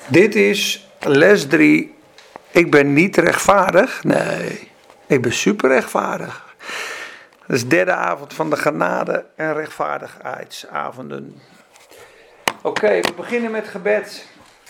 Dit is les 3. Ik ben niet rechtvaardig. Nee, ik ben super rechtvaardig. Dat is de derde avond van de genade- en rechtvaardigheidsavonden. Oké, we beginnen met gebed.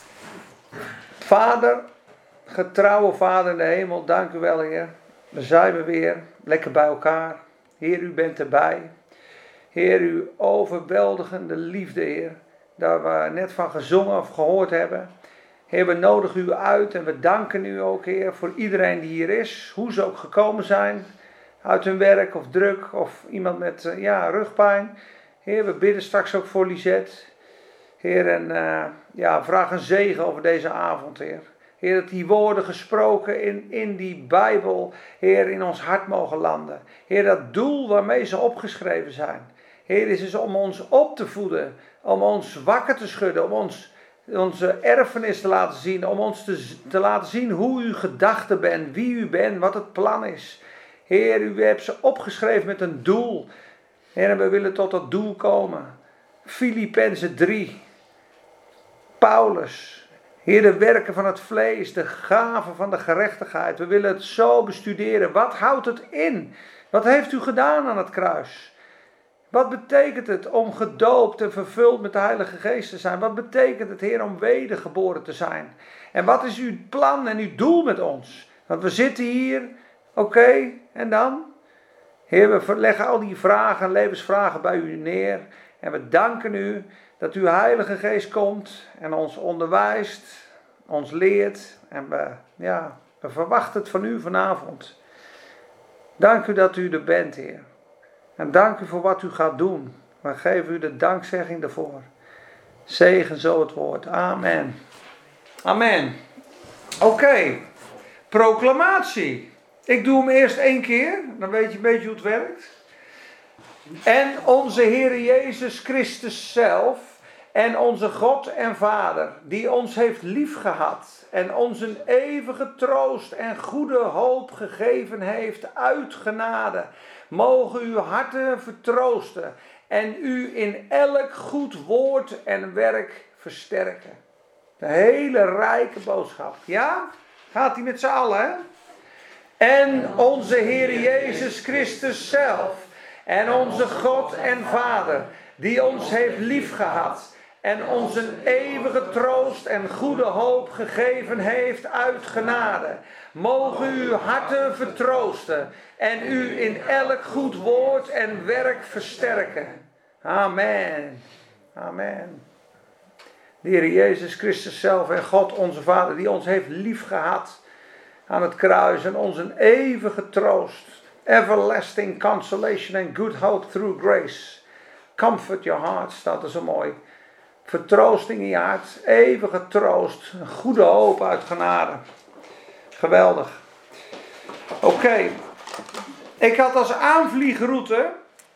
Vader, getrouwe Vader in de hemel, dank u wel, Heer. Dan zijn we weer lekker bij elkaar. Heer, u bent erbij. Heer, uw overweldigende liefde, Heer. Daar we net van gezongen of gehoord hebben. Heer, we nodigen u uit en we danken u ook, Heer, voor iedereen die hier is. Hoe ze ook gekomen zijn. Uit hun werk of druk of iemand met rugpijn. Heer, we bidden straks ook voor Lisette. Heer, en vraag een zegen over deze avond, Heer. Heer, dat die woorden gesproken in die Bijbel, Heer, in ons hart mogen landen. Heer, dat doel waarmee ze opgeschreven zijn. Heer, is dus om ons op te voeden, om ons wakker te schudden, om onze erfenis te laten zien, om ons te laten zien hoe u gedachten bent, wie u bent, wat het plan is. Heer, u hebt ze opgeschreven met een doel. Heer, en we willen tot dat doel komen. Filippenzen 3. Paulus. Heer, de werken van het vlees, de gaven van de gerechtigheid. We willen het zo bestuderen. Wat houdt het in? Wat heeft u gedaan aan het kruis? Wat betekent het om gedoopt en vervuld met de Heilige Geest te zijn? Wat betekent het, Heer, om wedergeboren te zijn? En wat is uw plan en uw doel met ons? Want we zitten hier, oké, en dan? Heer, we leggen al die vragen, levensvragen bij u neer. En we danken u dat uw Heilige Geest komt en ons onderwijst, ons leert. En we verwachten het van u vanavond. Dank u dat u er bent, Heer. En dank u voor wat u gaat doen. We geven u de dankzegging daarvoor. Zegen zo het woord. Amen. Amen. Oké. Proclamatie. Ik doe hem eerst 1 keer. Dan weet je een beetje hoe het werkt. En onze Heer Jezus Christus zelf. En onze God en Vader. Die ons heeft liefgehad. En ons een eeuwige troost en goede hoop gegeven heeft uit genade. Mogen uw harten vertroosten en u in elk goed woord en werk versterken. Een hele rijke boodschap. Ja? Gaat die met z'n allen, hè? En onze Heer Jezus Christus zelf en onze God en Vader, die ons heeft liefgehad en ons een eeuwige troost en goede hoop gegeven heeft uit genade. Mogen uw harten vertroosten en u in elk goed woord en werk versterken. Amen. Amen. De Heer Jezus Christus zelf en God onze Vader, die ons heeft liefgehad aan het kruis en ons een eeuwige troost. Everlasting consolation and good hope through grace. Comfort your heart, staat er zo mooi. Vertroosting in je hart, eeuwige troost, een goede hoop uit genade. Geweldig. Oké. Ik had als aanvliegroute,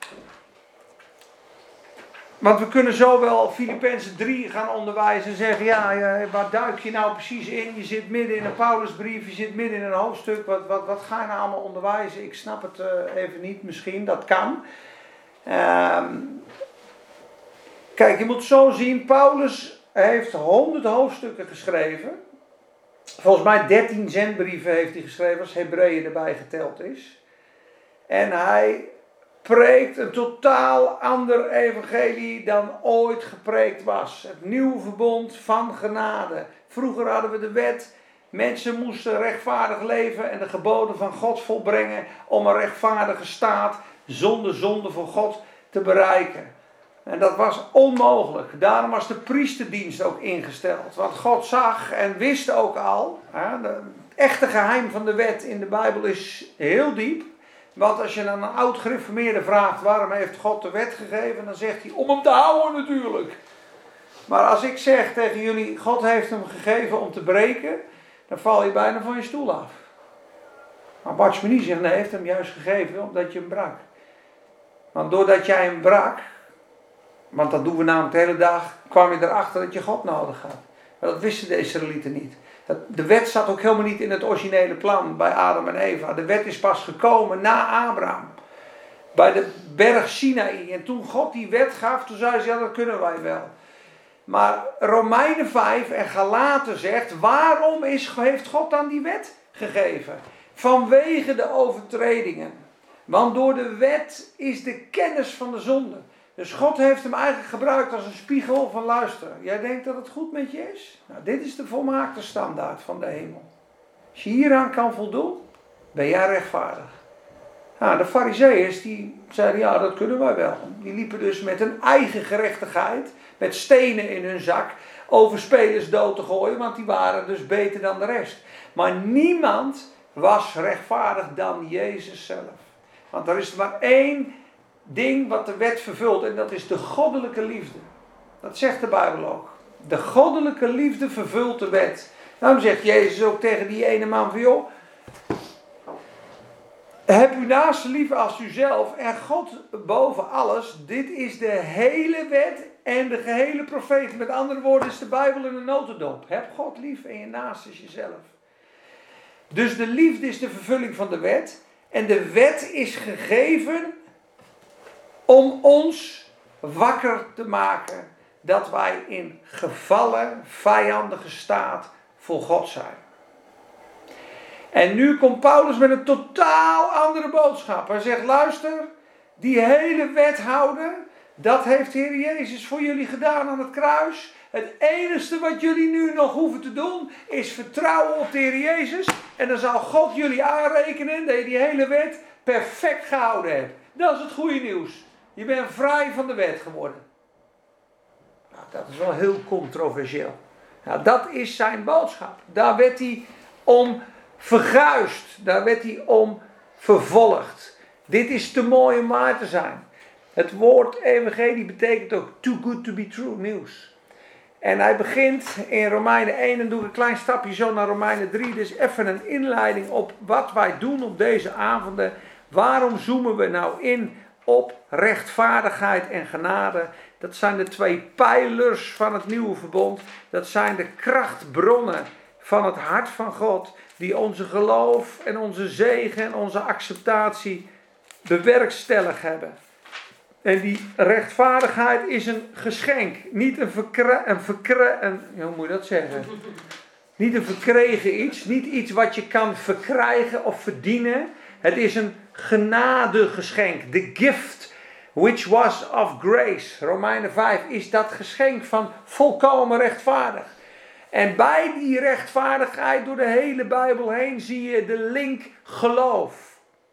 want we kunnen zo wel Filippenzen 3 gaan onderwijzen en zeggen, waar duik je nou precies in? Je zit midden in een Paulusbrief, je zit midden in een hoofdstuk, wat ga je nou allemaal onderwijzen? Ik snap het even niet, misschien, dat kan. Kijk, je moet zo zien, Paulus heeft 100 hoofdstukken geschreven. Volgens mij 13 zendbrieven heeft hij geschreven, als Hebreeën erbij geteld is. En hij preekt een totaal ander evangelie dan ooit gepreekt was. Het nieuwe verbond van genade. Vroeger hadden we de wet. Mensen moesten rechtvaardig leven en de geboden van God volbrengen om een rechtvaardige staat zonder zonde voor God te bereiken. En dat was onmogelijk. Daarom was de priesterdienst ook ingesteld. Want God zag en wist ook al. Het echte geheim van de wet in de Bijbel is heel diep. Want als je aan een oud gereformeerde vraagt waarom heeft God de wet gegeven, dan zegt hij om hem te houden natuurlijk. Maar als ik zeg tegen jullie, God heeft hem gegeven om te breken, dan val je bijna van je stoel af. Maar Bart Menie zegt, nee, hij heeft hem juist gegeven omdat je hem brak. Want doordat jij hem brak, want dat doen we namelijk de hele dag, kwam je erachter dat je God nodig had. Maar dat wisten de Israëlieten niet. De wet zat ook helemaal niet in het originele plan bij Adam en Eva. De wet is pas gekomen na Abraham. Bij de berg Sinaï. En toen God die wet gaf, toen zei ze, ja, dat kunnen wij wel. Maar Romeinen 5 en Galaten zegt, waarom heeft God dan die wet gegeven? Vanwege de overtredingen. Want door de wet is de kennis van de zonde. Dus God heeft hem eigenlijk gebruikt als een spiegel van luister. Jij denkt dat het goed met je is? Nou, dit is de volmaakte standaard van de hemel. Als je hieraan kan voldoen, ben jij rechtvaardig. Nou, de Farizeeërs die zeiden, ja, dat kunnen wij wel. Die liepen dus met een eigen gerechtigheid, met stenen in hun zak, over spelers dood te gooien, want die waren dus beter dan de rest. Maar niemand was rechtvaardig dan Jezus zelf. Want er is maar één ding wat de wet vervult en dat is de goddelijke liefde. Dat zegt de Bijbel ook. De goddelijke liefde vervult de wet. Daarom zegt Jezus ook tegen die ene man van, joh, heb uw naaste lief als uzelf en God boven alles. Dit is de hele wet en de gehele profeten. Met andere woorden is de Bijbel in een notendop. Heb God lief en je naaste is jezelf. Dus de liefde is de vervulling van de wet. En de wet is gegeven om ons wakker te maken dat wij in gevallen, vijandige staat voor God zijn. En nu komt Paulus met een totaal andere boodschap. Hij zegt, luister, die hele wet houden, dat heeft de Heer Jezus voor jullie gedaan aan het kruis. Het enige wat jullie nu nog hoeven te doen, is vertrouwen op de Heer Jezus. En dan zal God jullie aanrekenen dat je die hele wet perfect gehouden hebt. Dat is het goede nieuws. Je bent vrij van de wet geworden. Nou, dat is wel heel controversieel. Nou, dat is zijn boodschap. Daar werd hij om verguisd. Daar werd hij om vervolgd. Dit is te mooi om waar te zijn. Het woord evangelie betekent ook too good to be true nieuws. En hij begint in Romeinen 1 en doe ik een klein stapje zo naar Romeinen 3. Dus even een inleiding op wat wij doen op deze avonden. Waarom zoomen we nou in op rechtvaardigheid en genade? Dat zijn de twee pijlers van het nieuwe verbond. Dat zijn de krachtbronnen van het hart van God. Die onze geloof en onze zegen en onze acceptatie bewerkstellig hebben. En die rechtvaardigheid is een geschenk. Niet hoe moet je dat zeggen? Niet een verkregen iets. Niet iets wat je kan verkrijgen of verdienen. Het is een genadegeschenk. The gift which was of grace. Romeinen 5 is dat geschenk van volkomen rechtvaardig. En bij die rechtvaardigheid door de hele Bijbel heen zie je de link geloof.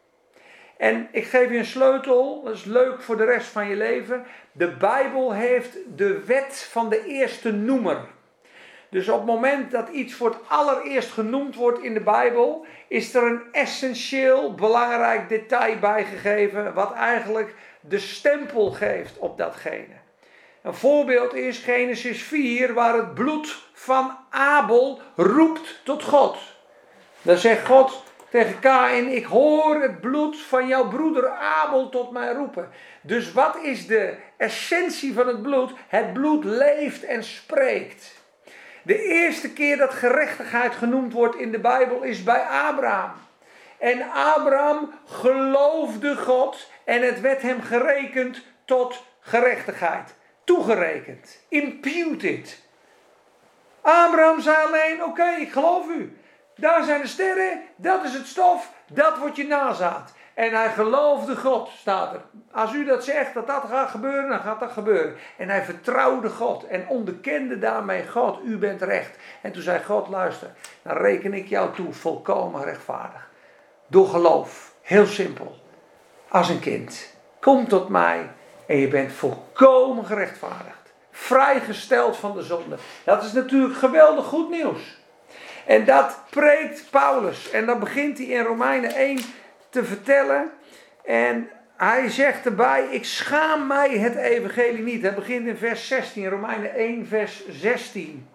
En ik geef je een sleutel, dat is leuk voor de rest van je leven. De Bijbel heeft de wet van de eerste noemer. Dus op het moment dat iets voor het allereerst genoemd wordt in de Bijbel, is er een essentieel belangrijk detail bijgegeven, wat eigenlijk de stempel geeft op datgene. Een voorbeeld is Genesis 4, waar het bloed van Abel roept tot God. Dan zegt God tegen Kaïn, ik hoor het bloed van jouw broeder Abel tot mij roepen. Dus wat is de essentie van het bloed? Het bloed leeft en spreekt. De eerste keer dat gerechtigheid genoemd wordt in de Bijbel is bij Abraham. En Abraham geloofde God en het werd hem gerekend tot gerechtigheid. Toegerekend. Imputed. Abraham zei alleen, oké, ik geloof u. Daar zijn de sterren, dat is het stof, dat wordt je nazaat. En hij geloofde God, staat er. Als u dat zegt, dat gaat gebeuren, dan gaat dat gebeuren. En hij vertrouwde God en onderkende daarmee God, u bent recht. En toen zei God, luister, dan reken ik jou toe volkomen rechtvaardig. Door geloof, heel simpel. Als een kind, kom tot mij en je bent volkomen gerechtvaardigd. Vrijgesteld van de zonde. Dat is natuurlijk geweldig goed nieuws. En dat preekt Paulus. En dat begint hij in Romeinen 1 te vertellen. En hij zegt erbij, ik schaam mij het evangelie niet. Hij begint in vers 16, Romeinen 1 vers 16.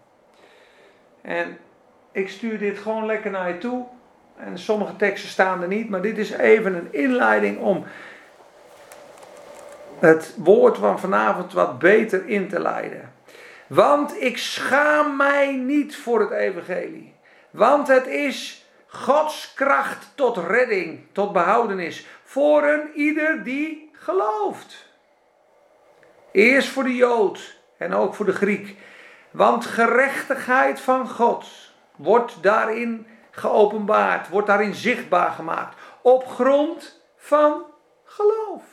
En ik stuur dit gewoon lekker naar je toe. En sommige teksten staan er niet, maar dit is even een inleiding om het woord van vanavond wat beter in te leiden. Want ik schaam mij niet voor het evangelie. Want het is Gods kracht tot redding, tot behoudenis. Voor een ieder die gelooft. Eerst voor de Jood en ook voor de Griek. Want gerechtigheid van God wordt daarin geopenbaard, wordt daarin zichtbaar gemaakt. Op grond van geloof.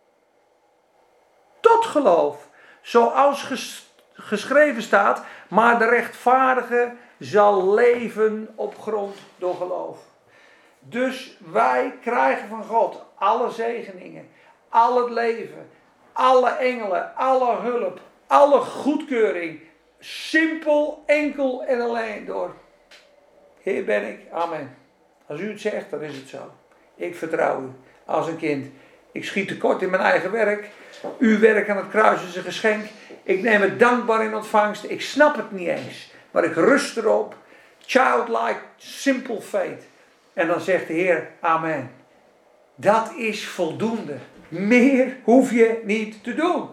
Tot geloof. Zoals geschreven staat, maar de rechtvaardige zal leven op grond door geloof. Dus wij krijgen van God alle zegeningen, al het leven, alle engelen, alle hulp, alle goedkeuring. Simpel, enkel en alleen door. Heer ben ik, amen. Als u het zegt, dan is het zo. Ik vertrouw u als een kind. Ik schiet tekort in mijn eigen werk. Uw werk aan het kruis is een geschenk. Ik neem het dankbaar in ontvangst. Ik snap het niet eens. Maar ik rust erop. Childlike, simple faith. En dan zegt de Heer, amen. Dat is voldoende. Meer hoef je niet te doen.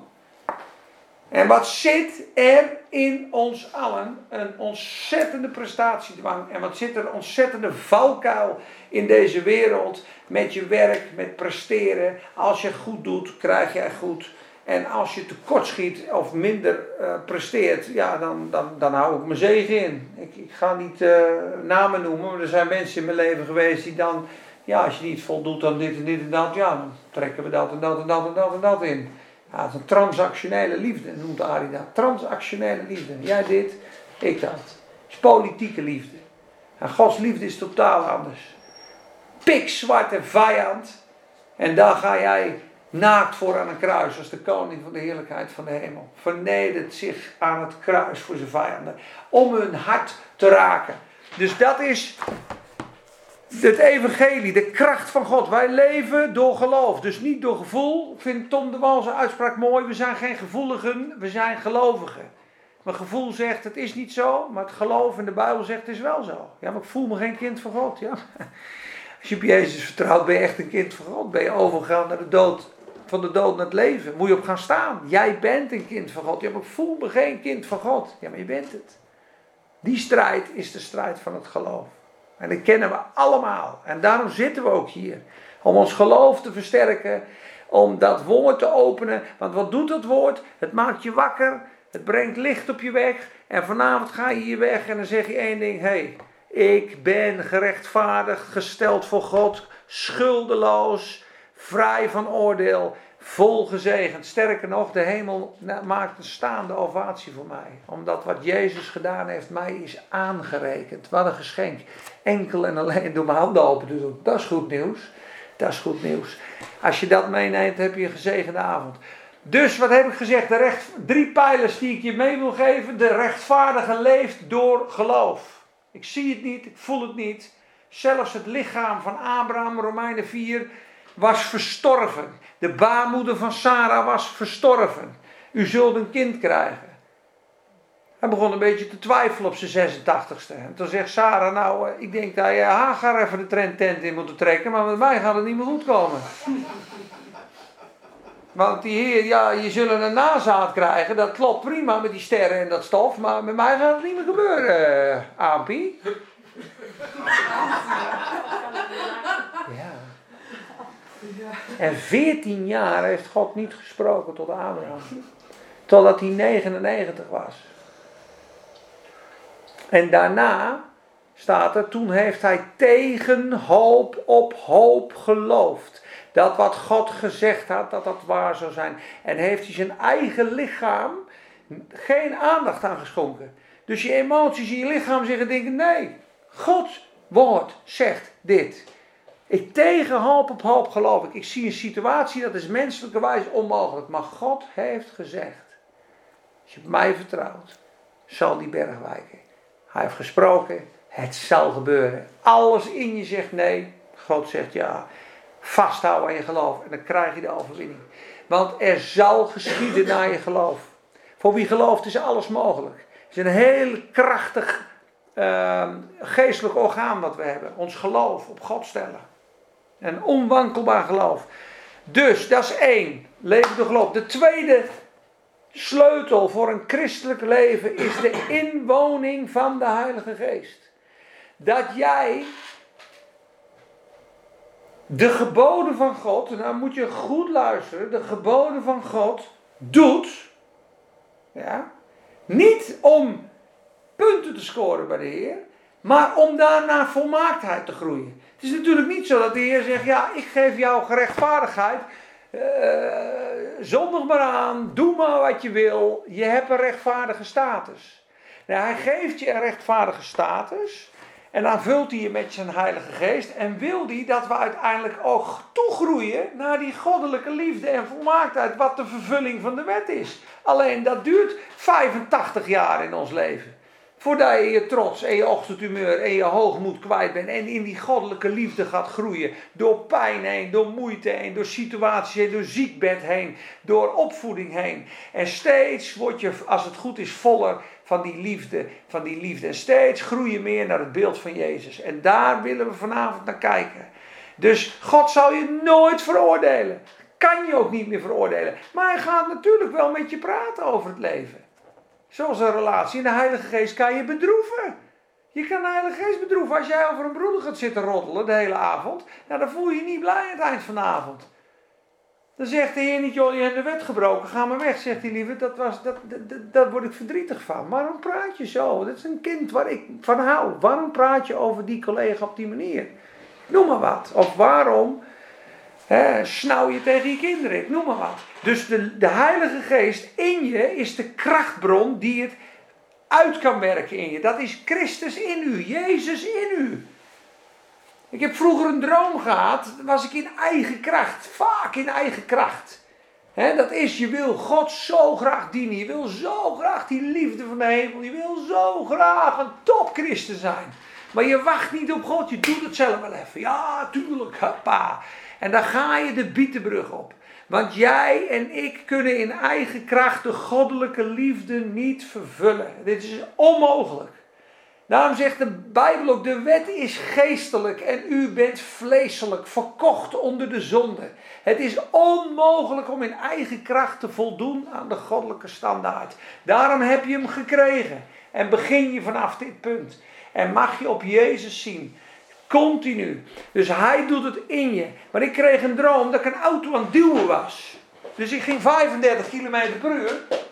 En wat zit er in ons allen? Een ontzettende prestatiedwang. En wat zit er een ontzettende valkuil in deze wereld. Met je werk, met presteren. Als je goed doet, krijg je goed. En als je tekort schiet of minder presteert, ja, dan hou ik mijn zegen in. Ik ga niet namen noemen, maar er zijn mensen in mijn leven geweest die dan, ja, als je niet voldoet aan dit en dit en dat, ja, dan trekken we dat en dat en dat en dat en dat in. Ja, het is een transactionele liefde, noemt Arie dat. Transactionele liefde. Jij dit, ik dat. Het is politieke liefde. En Gods liefde is totaal anders. Pikzwarte vijand. En daar ga jij naakt voor aan een kruis als de koning van de heerlijkheid van de hemel. Vernedert zich aan het kruis voor zijn vijanden. Om hun hart te raken. Dus dat is het evangelie, de kracht van God. Wij leven door geloof, dus niet door gevoel. Ik vind Tom de Wal zijn uitspraak mooi. We zijn geen gevoeligen, we zijn gelovigen. Mijn gevoel zegt het is niet zo, maar het geloof in de Bijbel zegt het is wel zo. Ja, maar ik voel me geen kind van God. Ja. Als je op Jezus vertrouwt, ben je echt een kind van God. Ben je overgegaan naar de dood, van de dood naar het leven. Moet je op gaan staan. Jij bent een kind van God. Ja, maar ik voel me geen kind van God. Ja, maar je bent het. Die strijd is de strijd van het geloof. En dat kennen we allemaal. En daarom zitten we ook hier. Om ons geloof te versterken. Om dat woord te openen. Want wat doet dat woord? Het maakt je wakker. Het brengt licht op je weg. En vanavond ga je hier weg en dan zeg je één ding. Hé, ik ben gerechtvaardigd, gesteld voor God. Schuldeloos. Vrij van oordeel. Vol gezegend. Sterker nog, de hemel maakt een staande ovatie voor mij. Omdat wat Jezus gedaan heeft, mij is aangerekend. Wat een geschenk. Enkel en alleen door mijn handen open te doen. Dat is goed nieuws. Dat is goed nieuws. Als je dat meeneemt, heb je een gezegende avond. Dus wat heb ik gezegd? 3 pijlers die ik je mee wil geven. De rechtvaardige leeft door geloof. Ik zie het niet, ik voel het niet. Zelfs het lichaam van Abraham, Romeinen 4, was verstorven. De baarmoeder van Sarah was verstorven. U zult een kind krijgen. Hij begon een beetje te twijfelen op zijn 86ste. En toen zegt Sarah, nou, ik denk dat je Hagar even de tent in moet trekken, maar met mij gaat het niet meer goed komen. Want die Heer, ja, je zult een nazaat krijgen, dat klopt prima met die sterren en dat stof, maar met mij gaat het niet meer gebeuren, Aapie. Ja. En 14 jaar heeft God niet gesproken tot Abraham. Totdat hij 99 was. En daarna staat er, toen heeft hij tegen hoop op hoop geloofd. Dat wat God gezegd had, dat dat waar zou zijn. En heeft hij zijn eigen lichaam geen aandacht aan geschonken. Dus je emoties in je lichaam zeggen, denken, nee, Gods woord zegt dit. Ik tegen hoop op hoop geloof ik. Ik zie een situatie, dat is menselijkerwijs onmogelijk. Maar God heeft gezegd, als je op mij vertrouwt, zal die berg wijken. Hij heeft gesproken, het zal gebeuren. Alles in je zegt nee, God zegt ja. Vasthouden aan je geloof en dan krijg je de overwinning. Want er zal geschieden naar je geloof. Voor wie gelooft is alles mogelijk. Het is een heel krachtig geestelijk orgaan wat we hebben. Ons geloof op God stellen. Een onwankelbaar geloof. Dus dat is 1. Leven door geloof. De tweede sleutel voor een christelijk leven is de inwoning van de Heilige Geest. Dat jij de geboden van God, nou moet je goed luisteren, de geboden van God doet, ja, Niet om punten te scoren bij de Heer, maar om daar naar volmaaktheid te groeien. Het is natuurlijk niet zo dat de Heer zegt, ja, ik geef jou gerechtvaardigheid. Zondig maar aan, doe maar wat je wil. Je hebt een rechtvaardige status. Nou, hij geeft je een rechtvaardige status. En dan vult hij je met zijn Heilige Geest. En wil hij dat we uiteindelijk ook toegroeien naar die goddelijke liefde en volmaaktheid. Wat de vervulling van de wet is. Alleen dat duurt 85 jaar in ons leven. Voordat je je trots en je ochtendhumeur en je hoogmoed kwijt bent. En in die goddelijke liefde gaat groeien. Door pijn heen, door moeite heen, door situaties heen, door ziekbed heen. Door opvoeding heen. En steeds word je, als het goed is, voller van die liefde. En steeds groei je meer naar het beeld van Jezus. En daar willen we vanavond naar kijken. Dus God zal je nooit veroordelen. Kan je ook niet meer veroordelen. Maar hij gaat natuurlijk wel met je praten over het leven. Zoals een relatie. In de Heilige Geest kan je bedroeven. Je kan de Heilige Geest bedroeven. Als jij over een broeder gaat zitten roddelen de hele avond. Nou, dan voel je je niet blij aan het eind van de avond. Dan zegt de Heer niet, joh, je hebt de wet gebroken. Ga maar weg, zegt hij liever. Daar word ik verdrietig van. Waarom praat je zo? Dat is een kind waar ik van hou. Waarom praat je over die collega op die manier? Noem maar wat. Of waarom snauw je tegen je kinderen? Ik noem maar wat. Dus de Heilige Geest in je is de krachtbron die het uit kan werken in je. Dat is Christus in u. Jezus in u. Ik heb vroeger een droom gehad. Dan was ik in eigen kracht. Vaak in eigen kracht. Dat is, je wil God zo graag dienen. Je wil zo graag die liefde van de hemel. Je wil zo graag een topchristen zijn. Maar je wacht niet op God. Je doet het zelf wel even. Ja, tuurlijk. Hoppa. En dan ga je de Bietenbrug op. Want jij en ik kunnen in eigen kracht de goddelijke liefde niet vervullen. Dit is onmogelijk. Daarom zegt de Bijbel ook, de wet is geestelijk en u bent vleeselijk, verkocht onder de zonde. Het is onmogelijk om in eigen kracht te voldoen aan de goddelijke standaard. Daarom heb je hem gekregen en begin je vanaf dit punt. En mag je op Jezus zien. Continu. Dus hij doet het in je. Maar ik kreeg een droom dat ik een auto aan het duwen was. Dus ik ging 35 km per uur.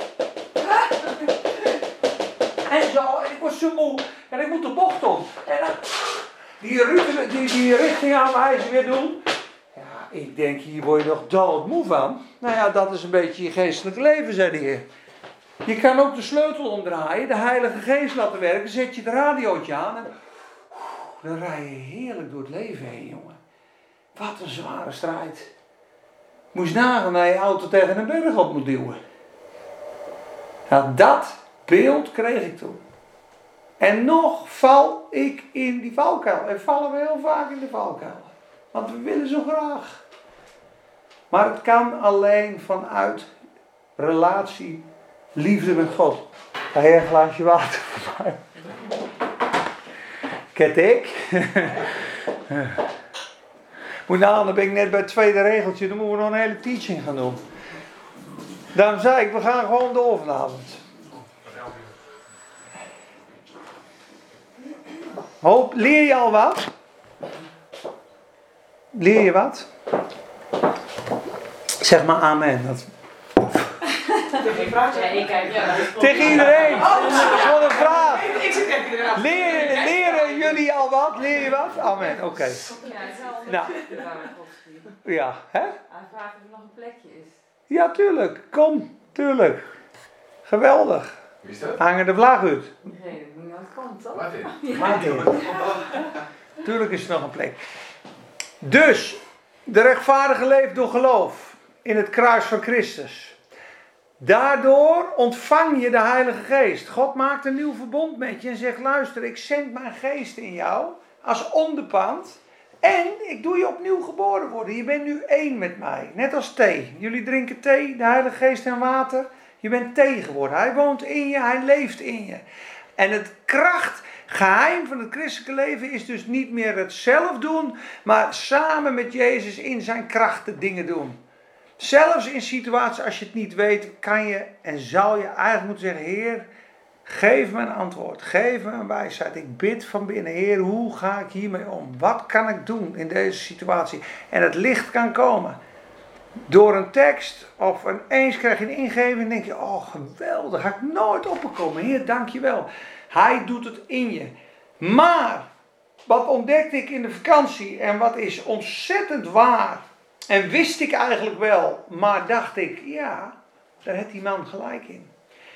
En zo. En ik was zo moe. En ik moet de bocht om. En dan die richting aan mij weer doen. Ja, ik denk, hier word je nog doodmoe van. Nou ja, dat is een beetje je geestelijk leven, zei de Heer. Je kan ook de sleutel omdraaien. De Heilige Geest laten werken. Zet je het radiootje aan. En dan rij je heerlijk door het leven heen, jongen. Wat een zware strijd. Moest nagaan dat je auto tegen een berg op moet duwen. Nou, dat beeld kreeg ik toen. En nog val ik in die valkuil. En vallen we heel vaak in de valkuil. Want we willen zo graag. Maar het kan alleen vanuit relatie, liefde met God. Ga je een glaasje water voor mij? Ket ik. Moet nou, dan ben ik net bij het tweede regeltje. Dan moeten we nog een hele teaching gaan doen. Daarom zei ik, we gaan gewoon door vanavond. Leer je al wat? Leer je wat? Zeg maar amen. Tegen iedereen. Wat een vraag. Leren jullie al wat? Leer je wat? Amen. Oké. Ja, het is wel Nou. Ja, hè? Hij vraagt of er nog een plekje is. Ja, tuurlijk. Kom, tuurlijk. Geweldig. Wie is dat? Hangen de vlag uit. Degene die nooit komt, toch? Martin. Tuurlijk is er nog een plek. Dus, de rechtvaardige leeft door geloof in het kruis van Christus. Daardoor ontvang je de Heilige Geest. God maakt een nieuw verbond met je en zegt, luister, ik zend mijn geest in jou als onderpand. En ik doe je opnieuw geboren worden. Je bent nu één met mij. Net als thee. Jullie drinken thee, de Heilige Geest en water. Je bent thee geworden. Hij woont in je, hij leeft in je. En het geheim van het christelijke leven is dus niet meer het zelf doen, maar samen met Jezus in zijn krachten dingen doen. Zelfs in situaties als je het niet weet, kan je en zou je eigenlijk moeten zeggen, Heer, geef me een antwoord, geef me een wijsheid. Ik bid van binnen, Heer, hoe ga ik hiermee om? Wat kan ik doen in deze situatie? En het licht kan komen. door een tekst of ineens krijg je een ingeving en denk je, oh geweldig, ga ik nooit opgekomen. Heer, dank je wel. Hij doet het in je. Maar, wat ontdekte ik in de vakantie en wat is ontzettend waar en wist ik eigenlijk wel, maar dacht ik, ja, daar heeft die man gelijk in.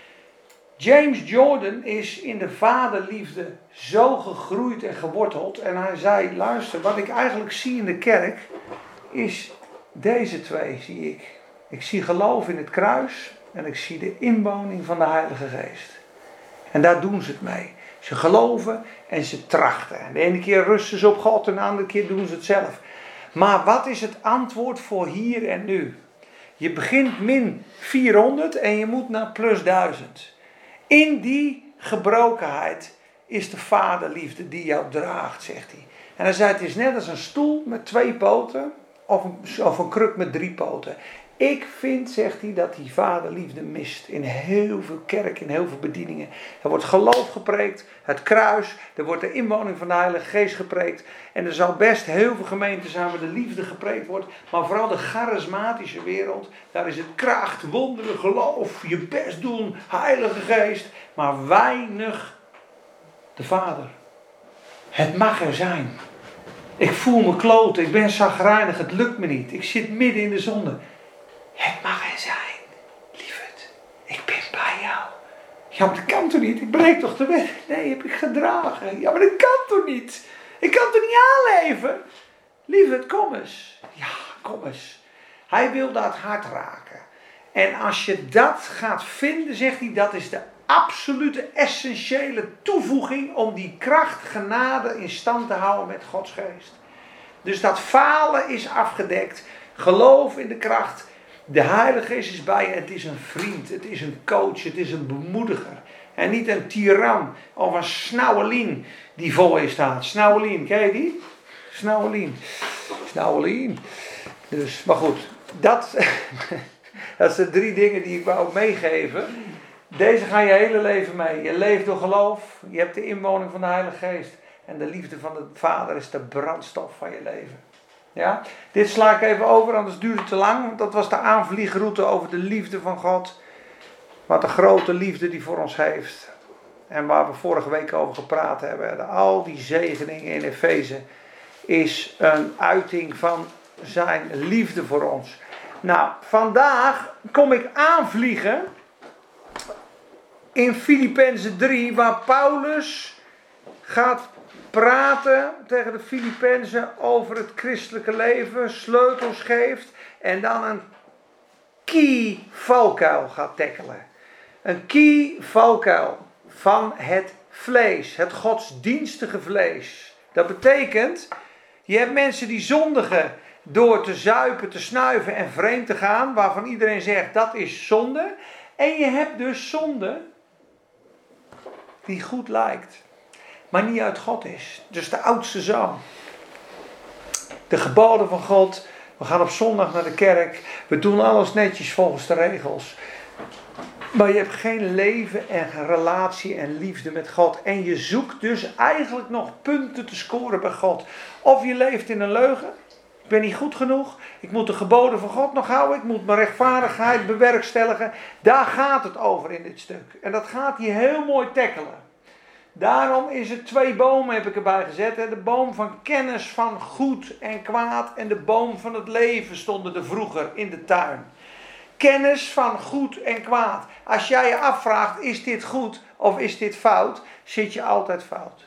James Jordan is in de vaderliefde zo gegroeid en geworteld en hij zei, luister, wat ik eigenlijk zie in de kerk is deze twee, zie ik. Ik zie geloof in het kruis en ik zie de inwoning van de Heilige Geest. En daar doen ze het mee. Ze geloven en ze trachten. De ene keer rusten ze op God en de andere keer doen ze het zelf. Maar wat is het antwoord voor hier en nu? Je begint min 400 en je moet naar plus 1000. In die gebrokenheid is de vaderliefde die jou draagt, zegt hij. En hij zei, het is net als een stoel met 2 poten of een kruk met 3 poten. Ik vind, zegt hij, dat die vaderliefde mist in heel veel kerken, in heel veel bedieningen. Er wordt geloof gepreekt, het kruis, er wordt de inwoning van de Heilige Geest gepreekt. En er zal best heel veel gemeenten zijn waar de liefde gepreekt wordt. Maar vooral de charismatische wereld, daar is het kracht, wonderen, geloof, je best doen, Heilige Geest. Maar weinig de Vader. Het mag er zijn. Ik voel me kloten, ik ben chagrijnig, het lukt me niet. Ik zit midden in de zonde. Het mag er zijn, lieverd. Ik ben bij jou. Ja, maar dat kan toch niet? Ik breek toch de wet? Nee, heb ik gedragen. Ja, maar dat kan toch niet? Ik kan toch niet aanleven? Lieverd, kom eens. Ja, kom eens. Hij wil dat hart raken. En als je dat gaat vinden, zegt hij, dat is de absolute essentiële toevoeging om die kracht, genade in stand te houden met Gods geest. Dus dat falen is afgedekt. Geloof in de kracht. De Heilige Geest is bij je. Het is een vriend. Het is een coach. Het is een bemoediger. En niet een tiran of een snauwelien die voor je staat. Snauwelien, ken je die? Snauwelien. Dus, maar goed. Dat zijn de 3 dingen die ik wou meegeven. Deze ga je hele leven mee. Je leeft door geloof. Je hebt de inwoning van de Heilige Geest. En de liefde van de Vader is de brandstof van je leven. Ja? Dit sla ik even over, anders duurt het te lang. Want dat was de aanvliegroute over de liefde van God. Wat de grote liefde die voor ons heeft. En waar we vorige week over gepraat hebben. Al die zegeningen in Efeze is een uiting van zijn liefde voor ons. Nou, vandaag kom ik aanvliegen in Filippenzen 3, waar Paulus gaat praten tegen de Filippenzen over het christelijke leven, sleutels geeft en dan een key valkuil gaat tackelen. Een key valkuil van het vlees, het godsdienstige vlees. Dat betekent, je hebt mensen die zondigen door te zuipen, te snuiven en vreemd te gaan, waarvan iedereen zegt dat is zonde. En je hebt dus zonde die goed lijkt, maar niet uit God is. Dus de oudste zoon. De geboden van God. We gaan op zondag naar de kerk. We doen alles netjes volgens de regels. Maar je hebt geen leven en relatie en liefde met God. En je zoekt dus eigenlijk nog punten te scoren bij God. Of je leeft in een leugen. Ik ben niet goed genoeg. Ik moet de geboden van God nog houden. Ik moet mijn rechtvaardigheid bewerkstelligen. Daar gaat het over in dit stuk. En dat gaat hier heel mooi tackelen. Daarom is er 2 bomen heb ik erbij gezet. De boom van kennis van goed en kwaad. En de boom van het leven stonden er vroeger in de tuin. Kennis van goed en kwaad. Als jij je afvraagt, is dit goed of is dit fout? Zit je altijd fout.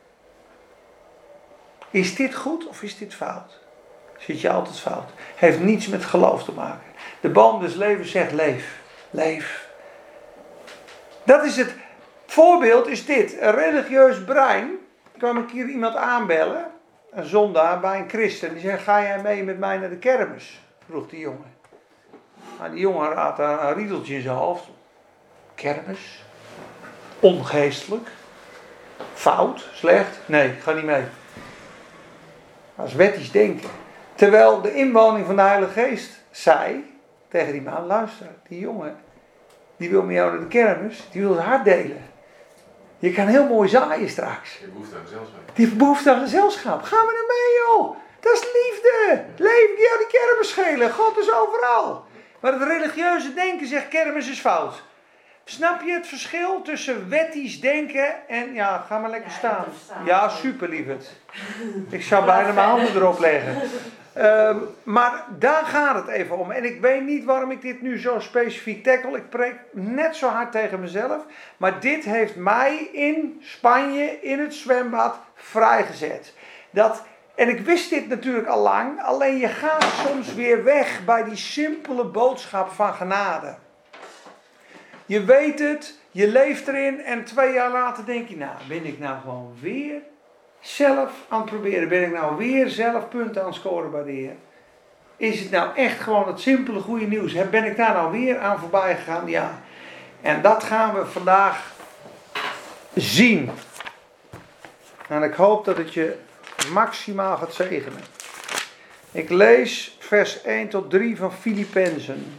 Is dit goed of is dit fout? Zit je altijd fout. Heeft niets met geloof te maken. De boom des levens zegt leef. Leef. Dat is het. Voorbeeld is dit. Een religieus brein. Kwam ik hier iemand aanbellen. Een zondaar bij een christen. Die zei, ga jij mee met mij naar de kermis? Vroeg die jongen. Nou, die jongen had een riedeltje in zijn hoofd. Kermis. Ongeestelijk. Fout. Slecht. Nee, ik ga niet mee. Dat is wettisch denken. Terwijl de inwoning van de Heilige Geest zei tegen die man, luister, die jongen, die wil met jou naar de kermis, die wil het hart delen. Je kan heel mooi zaaien straks. Die behoefte aan gezelschap. Die behoefte aan gezelschap. Gaan we er mee, joh. Dat is liefde. Leven die aan die kermis schelen. God is overal. Maar het religieuze denken zegt kermis is fout. Snap je het verschil tussen wettisch denken en... Ja, ga maar lekker staan. Ja, super lieverd. Ik zou bijna mijn handen erop leggen. Maar daar gaat het even om. En ik weet niet waarom ik dit nu zo specifiek tackle. Ik preek net zo hard tegen mezelf. Maar dit heeft mij in Spanje, in het zwembad, vrijgezet. En ik wist dit natuurlijk al lang. Alleen je gaat soms weer weg bij die simpele boodschap van genade. Je weet het, je leeft erin en 2 jaar later denk je, nou, ben ik nou gewoon weer zelf aan het proberen? Ben ik nou weer zelf punten aan het scoren bij de Heer? Is het nou echt gewoon het simpele goede nieuws? Ben ik daar nou weer aan voorbij gegaan? Ja. En dat gaan we vandaag zien. En ik hoop dat het je maximaal gaat zegenen. Ik lees vers 1 tot 3 van Filippenzen.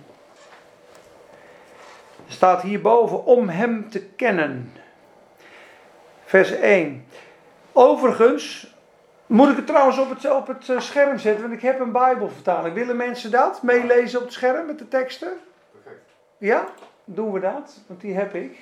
Er staat hierboven om hem te kennen. Vers 1. Overigens, moet ik het trouwens op het scherm zetten, want ik heb een Bijbelvertaling. Willen mensen dat meelezen op het scherm met de teksten? Perfect. Ja, doen we dat, want die heb ik.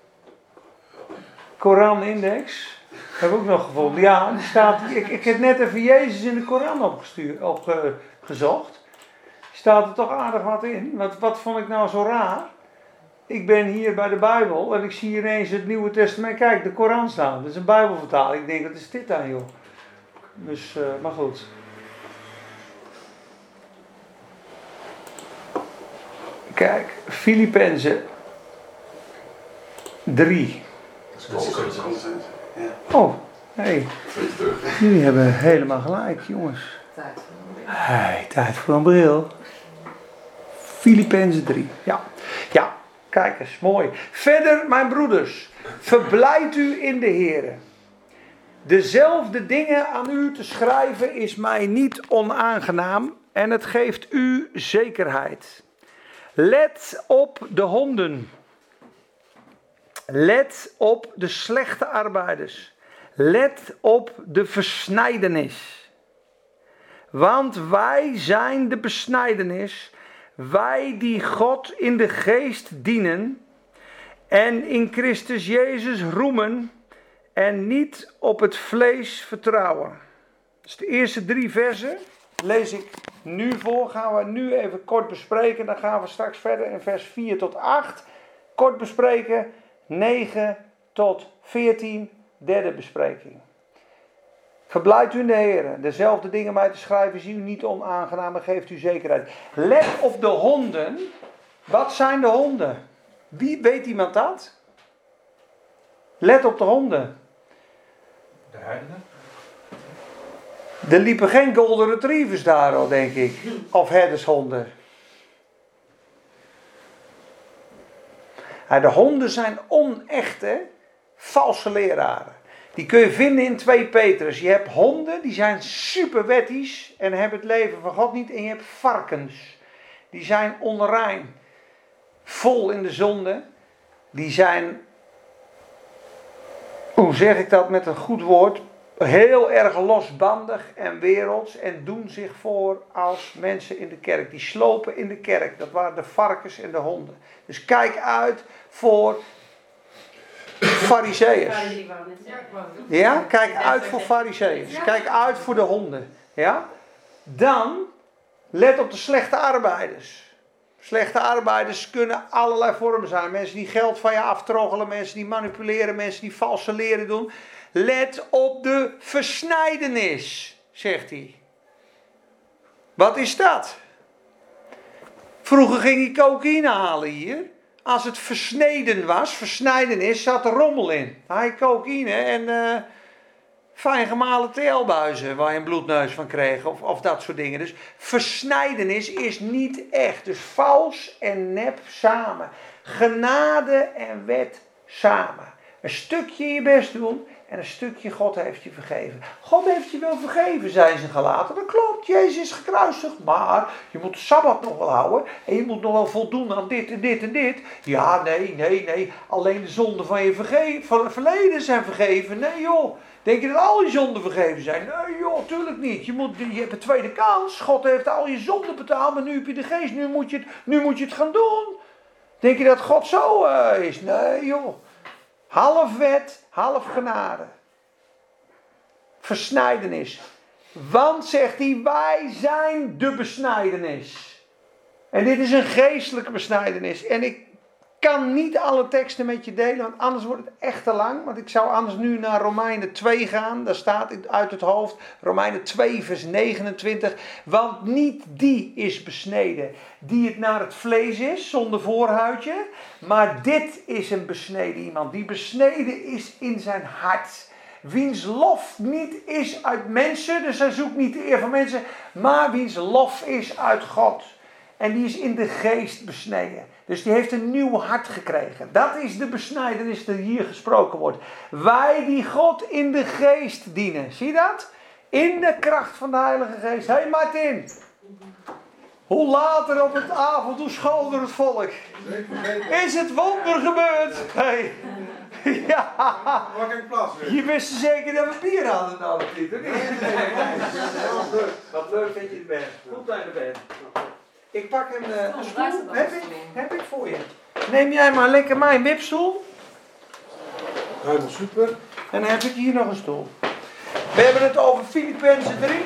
Koranindex. Heb ik ook nog gevonden. Ja, die staat, ik heb net even Jezus in de Koran opgezocht. Staat er toch aardig wat in. Wat vond ik nou zo raar? Ik ben hier bij de Bijbel en ik zie ineens het Nieuwe Testament. Kijk, de Koran staan. Dat is een Bijbelvertaling. Ik denk, wat is dit dan, joh? Dus, maar goed. Kijk, Filippenzen 3. Oh, nee. Jullie hebben helemaal gelijk, jongens. Tijd voor een bril. Filippenzen 3. Ja, kijk eens, mooi. Verder, mijn broeders, verblijd u in de Here. Dezelfde dingen aan u te schrijven is mij niet onaangenaam en het geeft u zekerheid. Let op de honden. Let op de slechte arbeiders. Let op de versnijdenis. Want wij zijn de besnijdenis. Wij die God in de geest dienen. En in Christus Jezus roemen. En niet op het vlees vertrouwen. Dus de eerste 3 versen lees ik nu voor. Gaan we nu even kort bespreken. Dan gaan we straks verder in vers 4 tot 8. Kort bespreken. 9 tot 14. Derde bespreking. Verblijd u in de Heer. Dezelfde dingen mij te schrijven is u niet onaangenaam en geeft u zekerheid. Let op de honden. Wat zijn de honden? Weet iemand dat? Let op de honden. De heidenen? Er liepen geen golden retrievers daar al, denk ik. Of herdershonden. De honden zijn onechte, valse leraren. Die kun je vinden in 2 Petrus. Je hebt honden, die zijn super wettisch en hebben het leven van God niet. En je hebt varkens. Die zijn onrein. Vol in de zonde. Die zijn, hoe zeg ik dat met een goed woord, heel erg losbandig en werelds en doen zich voor als mensen in de kerk. Die slopen in de kerk. Dat waren de varkens en de honden. Dus kijk uit voor farizeeërs. Ja, kijk uit voor farizeeërs. Kijk uit voor de honden. Ja? Dan let op de slechte arbeiders. Slechte arbeiders kunnen allerlei vormen zijn. Mensen die geld van je aftroggelen, mensen die manipuleren, mensen die valse leren doen. Let op de versnijdenis, zegt hij. Wat is dat? Vroeger ging hij cocaïne halen hier. Als het versneden was, versnijdenis, zat er rommel in. Hij cocaïne en fijn gemalen teelbuizen waar je een bloedneus van kreeg of dat soort dingen. Dus versnijdenis is niet echt. Dus vals en nep samen. Genade en wet samen. Een stukje je best doen en een stukje God heeft je vergeven. God heeft je wel vergeven, zei ze in Galaten. Dat klopt, Jezus is gekruisigd. Maar je moet de Sabbat nog wel houden. En je moet nog wel voldoen aan dit en dit en dit. Ja, nee. Alleen de zonden van je verleden zijn vergeven. Nee joh. Denk je dat al je zonden vergeven zijn? Nee joh, tuurlijk niet. Je hebt een tweede kans. God heeft al je zonden betaald, maar nu heb je de geest. Nu moet je het gaan doen. Denk je dat God zo is? Nee joh. Half wet, half genade. Versnijdenis. Want, zegt hij, wij zijn de besnijdenis. En dit is een geestelijke besnijdenis. En ik kan niet alle teksten met je delen, want anders wordt het echt te lang. Want ik zou anders nu naar Romeinen 2 gaan. Daar staat uit het hoofd, Romeinen 2 vers 29. Want niet die is besneden die het naar het vlees is, zonder voorhuidje. Maar dit is een besneden iemand, die besneden is in zijn hart. Wiens lof niet is uit mensen, dus hij zoekt niet de eer van mensen, maar wiens lof is uit God. En die is in de geest besneden. Dus die heeft een nieuw hart gekregen. Dat is de besnijdenis die hier gesproken wordt. Wij die God in de geest dienen. Zie je dat? In de kracht van de Heilige Geest. Hé Martin. Hoe later op het avond, hoe schoner het volk. Is het wonder gebeurd? Hey. Ja. Je wist zeker dat we bier hadden nou, Pieter. Wat leuk dat je er bent. Goed dat je er bent. Ik pak een stoel. Heb ik voor je. Neem jij maar lekker mijn wipstoel. Helemaal super. En dan heb ik hier nog een stoel. We hebben het over Filippenzen 3.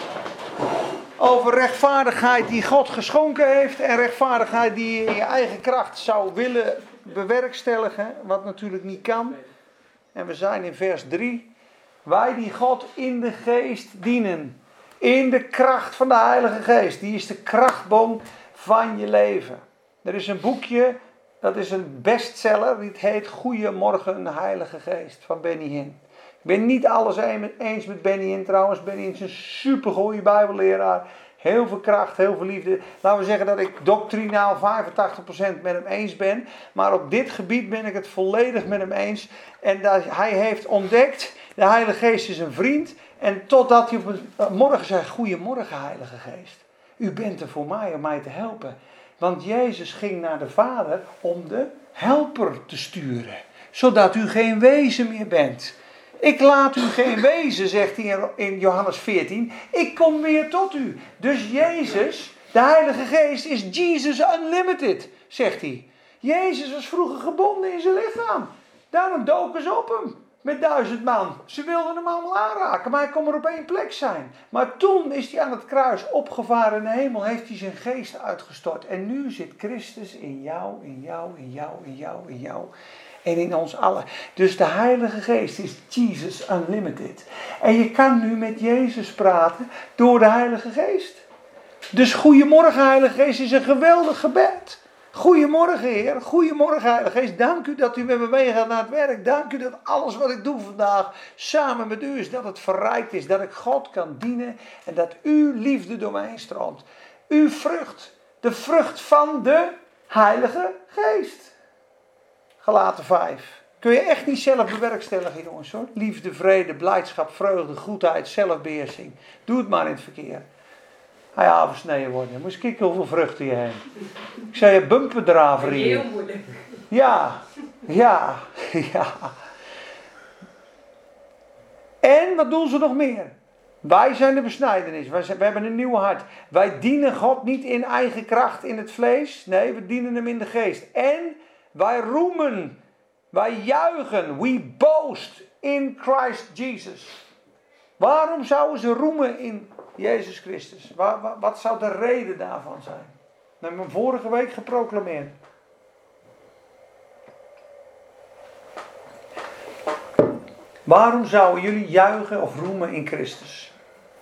Over rechtvaardigheid die God geschonken heeft. En rechtvaardigheid die je in je eigen kracht zou willen bewerkstelligen. Wat natuurlijk niet kan. En we zijn in vers 3. Wij die God in de geest dienen. In de kracht van de Heilige Geest. Die is de krachtbron van je leven. Er is een boekje. Dat is een bestseller. Die heet Goeiemorgen Heilige Geest. Van Benny Hinn. Ik ben niet alles eens met Benny Hinn trouwens. Benny Hinn is een supergoeie bijbelleraar. Heel veel kracht, heel veel liefde. Laten we zeggen dat ik doctrinaal 85% met hem eens ben. Maar op dit gebied ben ik het volledig met hem eens. En hij heeft ontdekt, de Heilige Geest is een vriend. En totdat hij op een morgen zei, goeiemorgen Heilige Geest. U bent er voor mij om mij te helpen. Want Jezus ging naar de Vader om de helper te sturen. Zodat u geen wezen meer bent. Ik laat u geen wezen, zegt hij in Johannes 14. Ik kom weer tot u. Dus Jezus, de Heilige Geest, is Jesus Unlimited, zegt hij. Jezus was vroeger gebonden in zijn lichaam. Daarom doken ze op hem. Met 1000 man. Ze wilden hem allemaal aanraken, maar hij kon maar op één plek zijn. Maar toen is hij aan het kruis opgevaren in de hemel. Heeft hij zijn geest uitgestort. En nu zit Christus in jou, in jou, in jou, in jou, in jou. En in ons allen. Dus de Heilige Geest is Jesus Unlimited. En je kan nu met Jezus praten door de Heilige Geest. Dus goedemorgen Heilige Geest is een geweldig gebed. Goedemorgen Heer, goedemorgen Heilige Geest. Dank u dat u met me meegaat naar het werk. Dank u dat alles wat ik doe vandaag samen met u is. Dat het verrijkt is, dat ik God kan dienen. En dat uw liefde door mij heen stroomt. Uw vrucht, de vrucht van de Heilige Geest. Galaten 5. Kun je echt niet zelf bewerkstelligen, jongens hoor. Liefde, vrede, blijdschap, vreugde, goedheid, zelfbeheersing. Doe het maar in het verkeer. Hij afgesneden worden. Moest kijken hoeveel vruchten je hebt. Ik zei je bumperdraver hier. Heel moeilijk. Ja. En wat doen ze nog meer? Wij zijn de besnijdenis. We hebben een nieuw hart. Wij dienen God niet in eigen kracht in het vlees. Nee, we dienen hem in de geest. En wij roemen. Wij juichen. We boast in Christ Jesus. Waarom zouden ze roemen in Jezus Christus? Wat zou de reden daarvan zijn? Dat hebben we vorige week geproclameerd. Waarom zouden jullie juichen of roemen in Christus?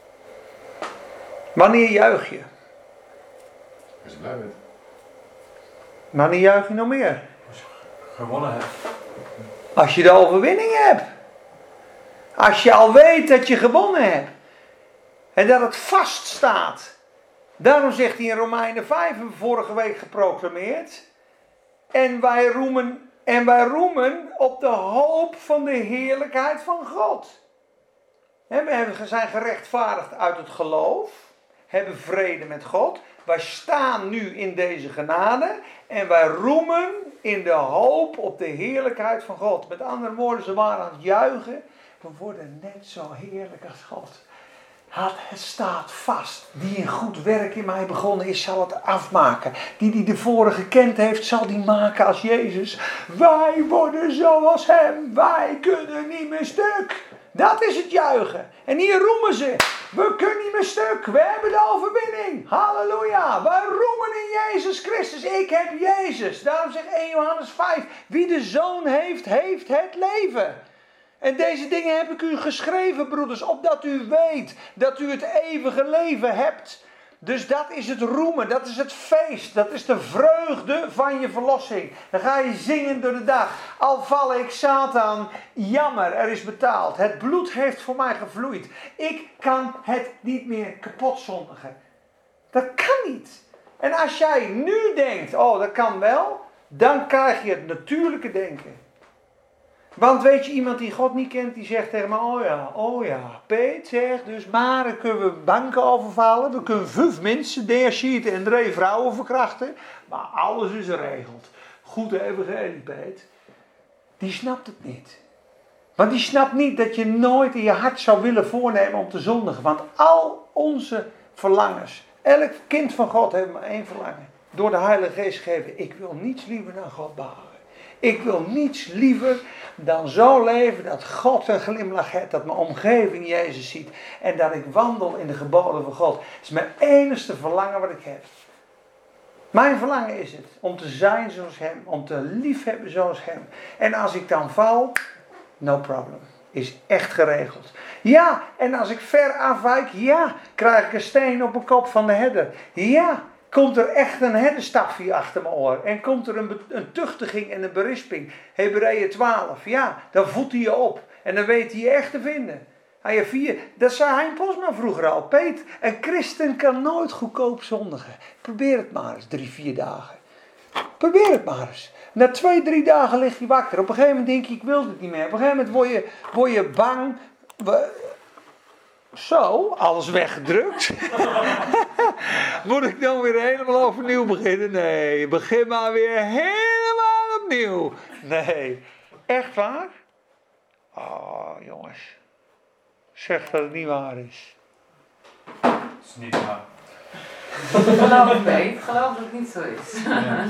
Wanneer juich je? Als je blij bent. Wanneer juich je nog meer? Gewonnen hebt. Als je de overwinning hebt. Als je al weet dat je gewonnen hebt. En dat het vaststaat. Daarom zegt hij in Romeinen 5, hebben we vorige week geproclameerd. En wij roemen op de hoop van de heerlijkheid van God. We zijn gerechtvaardigd uit het geloof. Hebben vrede met God. Wij staan nu in deze genade. En wij roemen in de hoop op de heerlijkheid van God. Met andere woorden, ze waren aan het juichen. we worden net zo heerlijk als God. Het staat vast. Die een goed werk in mij begonnen is, zal het afmaken. Die tevoren gekend heeft, zal die maken als Jezus. Wij worden zoals hem. Wij kunnen niet meer stuk. Dat is het juichen. En hier roemen ze. We kunnen niet meer stuk. We hebben de overwinning. Halleluja. We roemen in Jezus Christus. Ik heb Jezus. Daarom zegt 1 Johannes 5. Wie de Zoon heeft, heeft het leven. En deze dingen heb ik u geschreven, broeders, opdat u weet dat u het eeuwige leven hebt. Dus dat is het roemen, dat is het feest, dat is de vreugde van je verlossing. Dan ga je zingen door de dag. Al val ik, Satan, jammer, er is betaald. Het bloed heeft voor mij gevloeid. Ik kan het niet meer kapot zondigen. Dat kan niet. En als jij nu denkt, oh dat kan wel, dan krijg je het natuurlijke denken. Want weet je, iemand die God niet kent, die zegt tegen me, oh ja, Peet zegt, dus maar dan kunnen we banken overvallen, we kunnen 5 mensen neerschieten en 3 vrouwen verkrachten, maar alles is geregeld. Goed evangelie, Peet. Die snapt het niet. Want die snapt niet dat je nooit in je hart zou willen voornemen om te zondigen. Want al onze verlangens, elk kind van God heeft maar 1 verlangen. Door de Heilige Geest gegeven, ik wil niets liever dan God behouden. Ik wil niets liever dan zo leven dat God een glimlach heeft. Dat mijn omgeving Jezus ziet. En dat ik wandel in de geboden van God. Dat is mijn enigste verlangen wat ik heb. Mijn verlangen is het. Om te zijn zoals hem. Om te liefhebben zoals hem. En als ik dan val. No problem. Is echt geregeld. Ja, en als ik ver afwijk. Ja, krijg ik een steen op mijn kop van de herder. Ja. Komt er echt een herdenstafje achter mijn oor. En komt er een tuchtiging en een berisping. Hebreeën 12. Ja, dan voedt hij je op. En dan weet hij je echt te vinden. Dat zei Hein Posma vroeger al. Peet, een christen kan nooit goedkoop zondigen. Probeer het maar eens 3-4 dagen. Probeer het maar eens. Na 2-3 dagen lig je wakker. Op een gegeven moment denk je, ik wil dit niet meer. Op een gegeven moment word je bang. Zo, alles weggedrukt. Moet ik dan weer helemaal overnieuw beginnen? Nee, begin maar weer helemaal opnieuw. Nee, echt waar? Oh, jongens. Zeg dat het niet waar is. Dat is niet waar. Geloof me, ik geloof dat het niet zo is. Ja.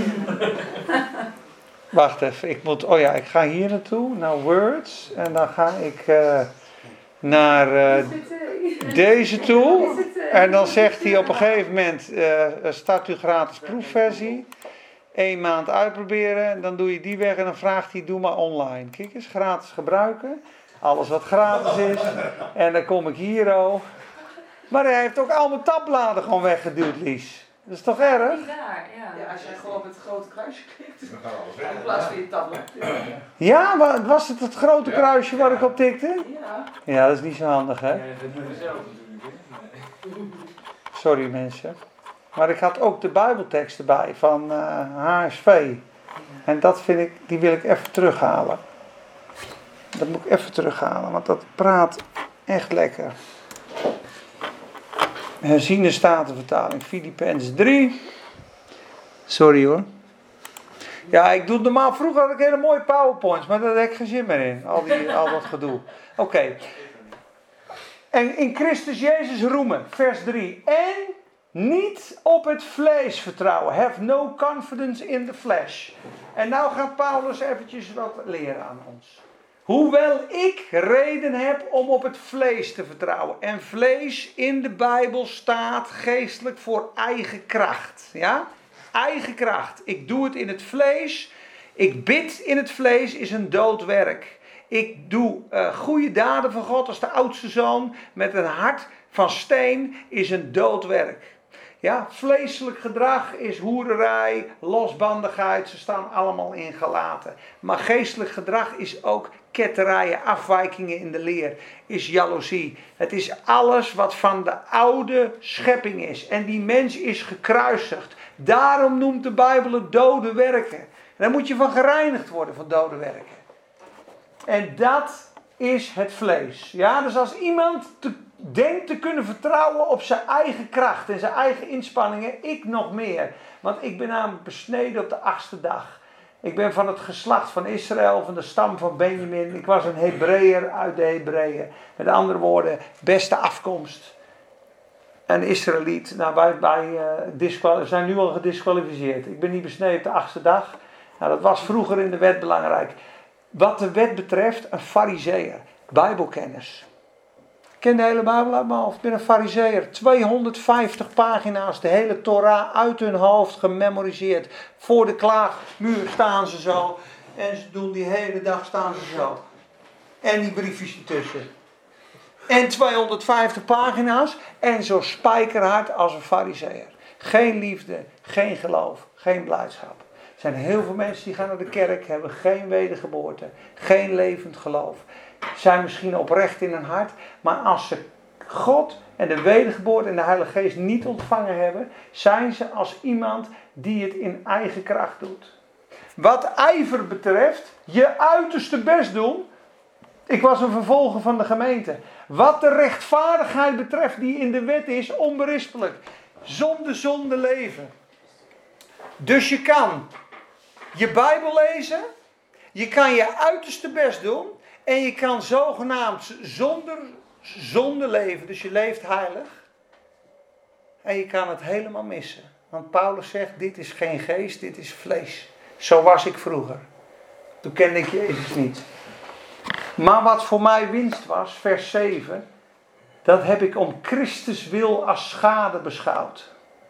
Wacht even, ik ga hier naartoe, naar Words. En dan ga ik naar deze toe. En dan zegt hij op een gegeven moment, start uw gratis proefversie. 1 maand uitproberen. En dan doe je die weg en dan vraagt hij, doe maar online. Kijk eens, gratis gebruiken. Alles wat gratis is. En dan kom ik hier al. Maar hij heeft ook al mijn tabbladen gewoon weggeduwd, Lies. Dat is toch erg? Niet daar, ja. Ja, als jij gewoon op het grote kruisje klikt, Dan gaat alles weg. in plaats van je tablet. Ja, was het grote kruisje waar ik op tikte? Ja. Ja, dat is niet zo handig, hè? Ja, dat doe je zelf natuurlijk. Hè? Nee. Sorry mensen. Maar ik had ook de Bijbeltekst erbij van HSV. En die wil ik even terughalen. Dat moet ik even terughalen, want dat praat echt lekker. Herziene Statenvertaling, Filippenzen 3. Sorry hoor. Ja, ik doe het normaal. Vroeger had ik hele mooie powerpoints, maar daar heb ik geen zin meer in. Al dat gedoe. Oké. En in Christus Jezus roemen, vers 3. En niet op het vlees vertrouwen. Have no confidence in the flesh. En nou gaat Paulus eventjes wat leren aan ons. Hoewel ik reden heb om op het vlees te vertrouwen. En vlees in de Bijbel staat geestelijk voor eigen kracht. Ja? Eigen kracht. Ik doe het in het vlees. Ik bid in het vlees is een dood werk. Ik doe goede daden van God als de oudste zoon. Met een hart van steen is een dood werk. Ja, vleeselijk gedrag is hoererij, losbandigheid, ze staan allemaal in Galaten. Maar geestelijk gedrag is ook ketterijen, afwijkingen in de leer, is jaloezie. Het is alles wat van de oude schepping is. En die mens is gekruisigd. Daarom noemt de Bijbel het dode werken. En daar moet je van gereinigd worden, van dode werken. En dat is het vlees. Ja, dus als iemand denkt te kunnen vertrouwen op zijn eigen kracht en zijn eigen inspanningen, ik nog meer. Want ik ben namelijk besneden op de 8e dag. Ik ben van het geslacht van Israël, van de stam van Benjamin. Ik was een Hebreeër uit de Hebreeën. Met andere woorden, beste afkomst. En Israëliet, nou wij zijn nu al gedisqualificeerd. Ik ben niet besneden op de 8e dag. Nou, dat was vroeger in de wet belangrijk. Wat de wet betreft, een farizeeër, bijbelkennis. Ik ken de hele Bijbel uit mijn hoofd, ik ben een farizeeër. 250 pagina's, de hele Torah uit hun hoofd gememoriseerd. Voor de klaagmuur staan ze zo. En ze doen die hele dag staan ze zo. En die briefjes ertussen. En 250 pagina's. En zo spijkerhard als een farizeeër. Geen liefde, geen geloof, geen blijdschap. Er zijn heel veel mensen die gaan naar de kerk, hebben geen wedergeboorte, geen levend geloof. Zijn misschien oprecht in hun hart, maar als ze God en de wedergeboorte en de Heilige Geest niet ontvangen hebben, zijn ze als iemand die het in eigen kracht doet. Wat ijver betreft, je uiterste best doen. Ik was een vervolger van de gemeente. Wat de rechtvaardigheid betreft die in de wet is, onberispelijk. Zonder zonde leven. Dus je kan je Bijbel lezen. Je kan je uiterste best doen. En je kan zogenaamd zonder zonde leven. Dus je leeft heilig. En je kan het helemaal missen. Want Paulus zegt, dit is geen geest, dit is vlees. Zo was ik vroeger. Toen kende ik Jezus niet. Maar wat voor mij winst was, vers 7. Dat heb ik om Christus wil als schade beschouwd.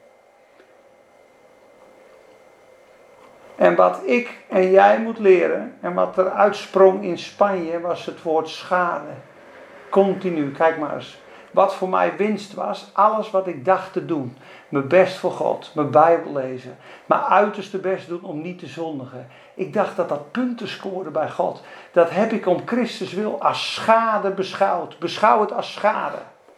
En wat ik en jij moet leren, en wat er uitsprong in Spanje, was het woord schade. Continu, kijk maar eens. Wat voor mij winst was, alles wat ik dacht te doen. Mijn best voor God, mijn Bijbel lezen. Mijn uiterste best doen om niet te zondigen. Ik dacht dat dat punten scoorde bij God. Dat heb ik om Christus wil als schade beschouwd. Beschouw het als schade.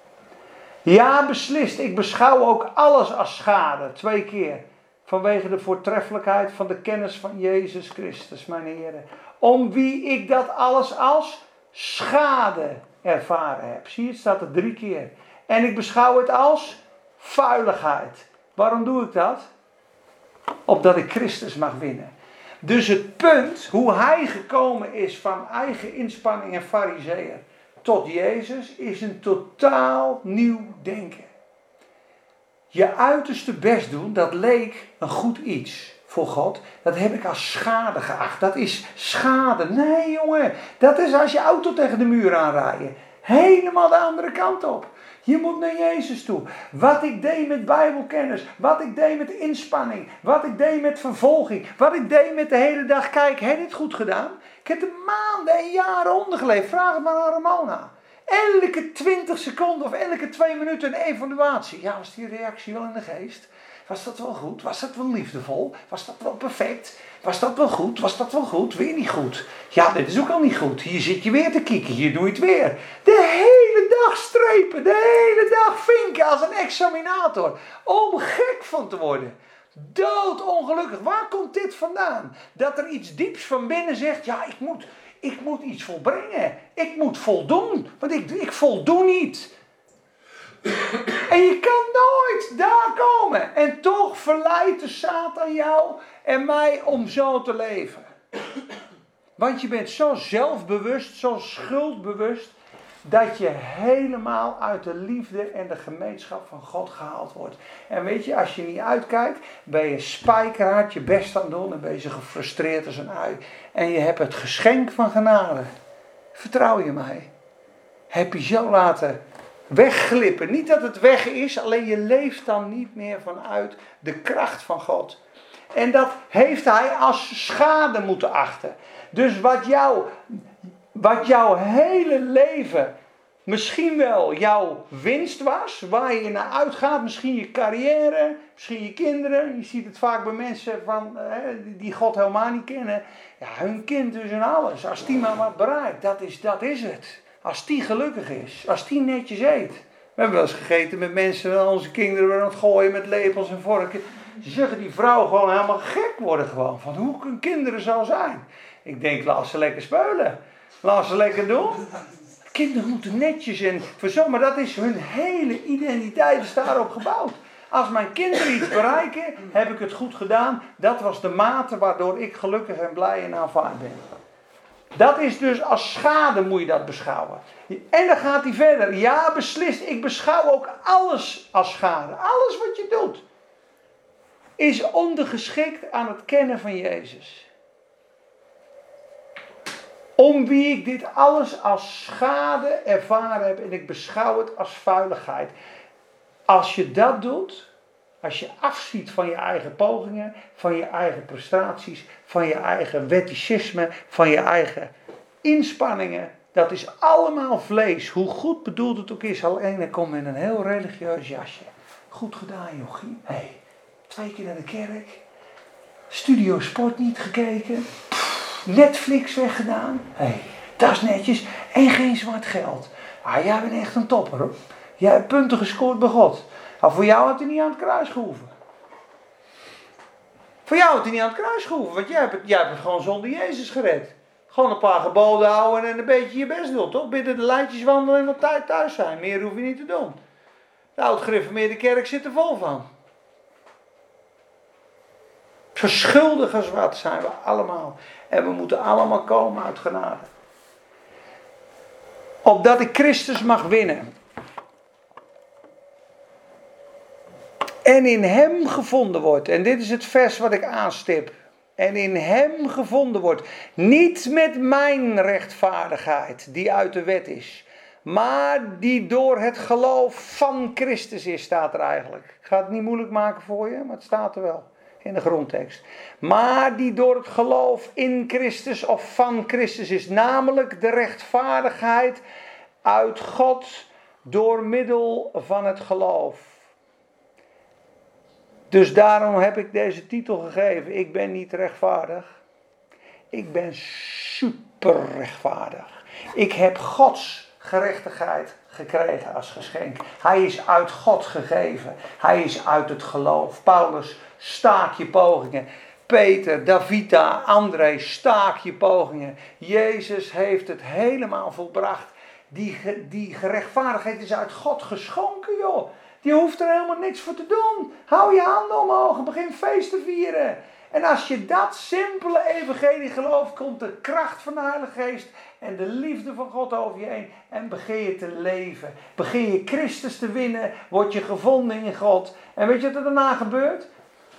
Ja, beslist. Ik beschouw ook alles als schade. 2 keer. Vanwege de voortreffelijkheid van de kennis van Jezus Christus, mijn Heer. Om wie ik dat alles als schade ervaren heb. Zie je, het staat er 3 keer. En ik beschouw het als vuiligheid. Waarom doe ik dat? Opdat ik Christus mag winnen. Dus het punt, hoe hij gekomen is van eigen inspanning en farizeeër tot Jezus, is een totaal nieuw denken. Je uiterste best doen, dat leek een goed iets voor God. Dat heb ik als schade geacht. Dat is schade. Nee jongen, dat is als je auto tegen de muur aanrijden. Helemaal de andere kant op. Je moet naar Jezus toe. Wat ik deed met Bijbelkennis. Wat ik deed met inspanning. Wat ik deed met vervolging. Wat ik deed met de hele dag. Kijk, heb je dit goed gedaan? Ik heb er maanden en jaren onder geleefd. Vraag het maar aan Ramona. Elke 20 seconden of elke 2 minuten een evaluatie. Ja, was die reactie wel in de geest? Was dat wel goed? Was dat wel liefdevol? Was dat wel perfect? Was dat wel goed? Was dat wel goed? Weer niet goed. Ja, dit is ook al niet goed. Hier zit je weer te kieken. Hier doe je het weer. De hele dag strepen. De hele dag vinken als een examinator. Om gek van te worden. Doodongelukkig. Waar komt dit vandaan? Dat er iets dieps van binnen zegt. Ja, ik moet iets volbrengen. Ik moet voldoen. Want ik voldoen niet. En je kan nooit daar komen. En toch verleidt de Satan jou en mij om zo te leven. Want je bent zo zelfbewust, zo schuldbewust, dat je helemaal uit de liefde en de gemeenschap van God gehaald wordt. En weet je, als je niet uitkijkt, ben je spijkerhard je best aan het doen en ben je gefrustreerd als een ui. En je hebt het geschenk van genade. Vertrouw je mij? Heb je zo laten wegglippen. Niet dat het weg is, alleen je leeft dan niet meer vanuit de kracht van God. En dat heeft hij als schade moeten achten. Dus wat jouw hele leven misschien wel jouw winst was, waar je naar uitgaat, misschien je carrière, misschien je kinderen. Je ziet het vaak bij mensen die God helemaal niet kennen. Ja, hun kind dus en alles. Als die maar wat bereikt, dat is het. Als die gelukkig is, als die netjes eet. We hebben wel eens gegeten met mensen, onze kinderen aan het gooien met lepels en vorken. Ze zeggen die vrouw gewoon helemaal gek worden gewoon. Van hoe kunnen kinderen zo zijn? Ik denk, laat ze lekker spelen. Laat ze lekker doen. Kinderen moeten netjes en verzorgen. Maar dat is hun hele identiteit is daarop gebouwd. Als mijn kinderen iets bereiken, heb ik het goed gedaan. Dat was de mate waardoor ik gelukkig en blij en aanvaard ben. Dat is dus als schade moet je dat beschouwen. En dan gaat hij verder. Ja, beslist. Ik beschouw ook alles als schade. Alles wat je doet. Is ondergeschikt aan het kennen van Jezus. Om wie ik dit alles als schade ervaren heb. En ik beschouw het als vuiligheid. Als je dat doet. Als je afziet van je eigen pogingen. Van je eigen prestaties. Van je eigen wetticisme. Van je eigen inspanningen. Dat is allemaal vlees. Hoe goed bedoeld het ook is. Alleen er komt in een heel religieus jasje. Goed gedaan, jochie. Hé, 2 keer naar de kerk. Studio Sport niet gekeken. Netflix weggedaan. Hé, dat is netjes. En geen zwart geld. Ah, jij bent echt een topper, hoor. Jij hebt punten gescoord bij God. Nou, voor jou had hij niet aan het kruis gehoeven. Voor jou had hij niet aan het kruis gehoeven. Want jij hebt het gewoon zonder Jezus gered. Gewoon een paar geboden houden en een beetje je best doen, toch? Binnen de lijntjes wandelen en op tijd thuis zijn. Meer hoef je niet te doen. De oud-gereformeerde kerk zit er vol van. Verschuldigers wat zijn we allemaal. En we moeten allemaal komen uit genade. Opdat ik Christus mag winnen. En in hem gevonden wordt. En dit is het vers wat ik aanstip. En in hem gevonden wordt. Niet met mijn rechtvaardigheid die uit de wet is. Maar die door het geloof van Christus is, staat er eigenlijk. Ik ga het niet moeilijk maken voor je, maar het staat er wel. In de grondtekst. Maar die door het geloof in Christus of van Christus is. Namelijk de rechtvaardigheid uit God door middel van het geloof. Dus daarom heb ik deze titel gegeven. Ik ben niet rechtvaardig. Ik ben super rechtvaardig. Ik heb Gods gerechtigheid gekregen als geschenk. Hij is uit God gegeven. Hij is uit het geloof. Paulus, staak je pogingen. Peter, Davida, André, staak je pogingen. Jezus heeft het helemaal volbracht. Die gerechtvaardigheid is uit God geschonken, joh. Je hoeft er helemaal niks voor te doen. Hou je handen omhoog en begin feest te vieren. En als je dat simpele evangelie gelooft, komt de kracht van de Heilige Geest en de liefde van God over je heen. En begin je te leven. Begin je Christus te winnen. Word je gevonden in God. En weet je wat er daarna gebeurt?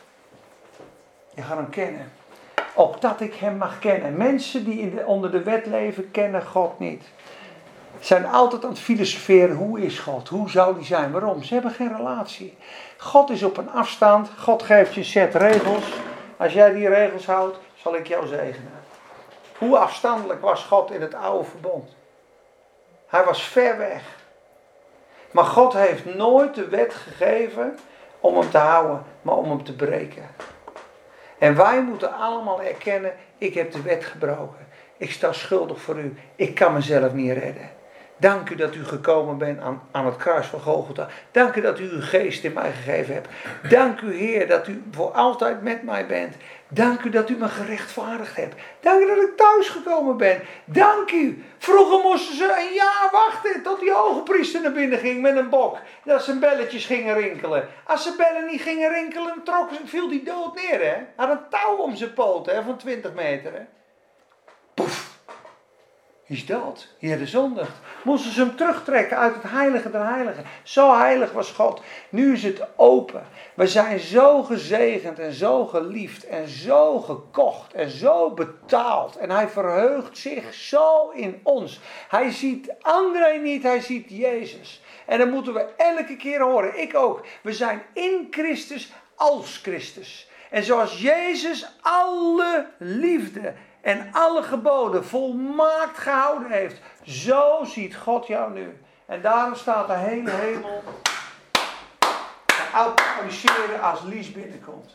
Je gaat hem kennen. Opdat ik hem mag kennen. Mensen die onder de wet leven, kennen God niet. Zijn altijd aan het filosoferen, hoe is God? Hoe zou die zijn? Waarom? Ze hebben geen relatie. God is op een afstand. God geeft je een set regels. Als jij die regels houdt, zal ik jou zegenen. Hoe afstandelijk was God in het oude verbond? Hij was ver weg. Maar God heeft nooit de wet gegeven om hem te houden, maar om hem te breken. En wij moeten allemaal erkennen, ik heb de wet gebroken. Ik sta schuldig voor u. Ik kan mezelf niet redden. Dank u dat u gekomen bent aan het kruis van Golgotha. Dank u dat u uw geest in mij gegeven hebt. Dank u, Heer, dat u voor altijd met mij bent. Dank u dat u me gerechtvaardigd hebt. Dank u dat ik thuis gekomen ben. Dank u. Vroeger moesten ze een jaar wachten tot die hoge priester naar binnen ging met een bok. Dat zijn belletjes gingen rinkelen. Als zijn bellen niet gingen rinkelen, viel die dood neer. Hè? Had een touw om zijn poten, hè, van 20 meter. Hè? Poef. Hij is dood. Hij had gezondigd. Moesten ze hem terugtrekken uit het heilige der heiligen. Zo heilig was God. Nu is het open. We zijn zo gezegend en zo geliefd en zo gekocht en zo betaald. En hij verheugt zich zo in ons. Hij ziet André niet, hij ziet Jezus. En dan moeten we elke keer horen, ik ook. We zijn in Christus als Christus. En zoals Jezus alle liefde en alle geboden volmaakt gehouden heeft. Zo ziet God jou nu. En daarom staat de hele hemel te applaudisseren als Lies binnenkomt.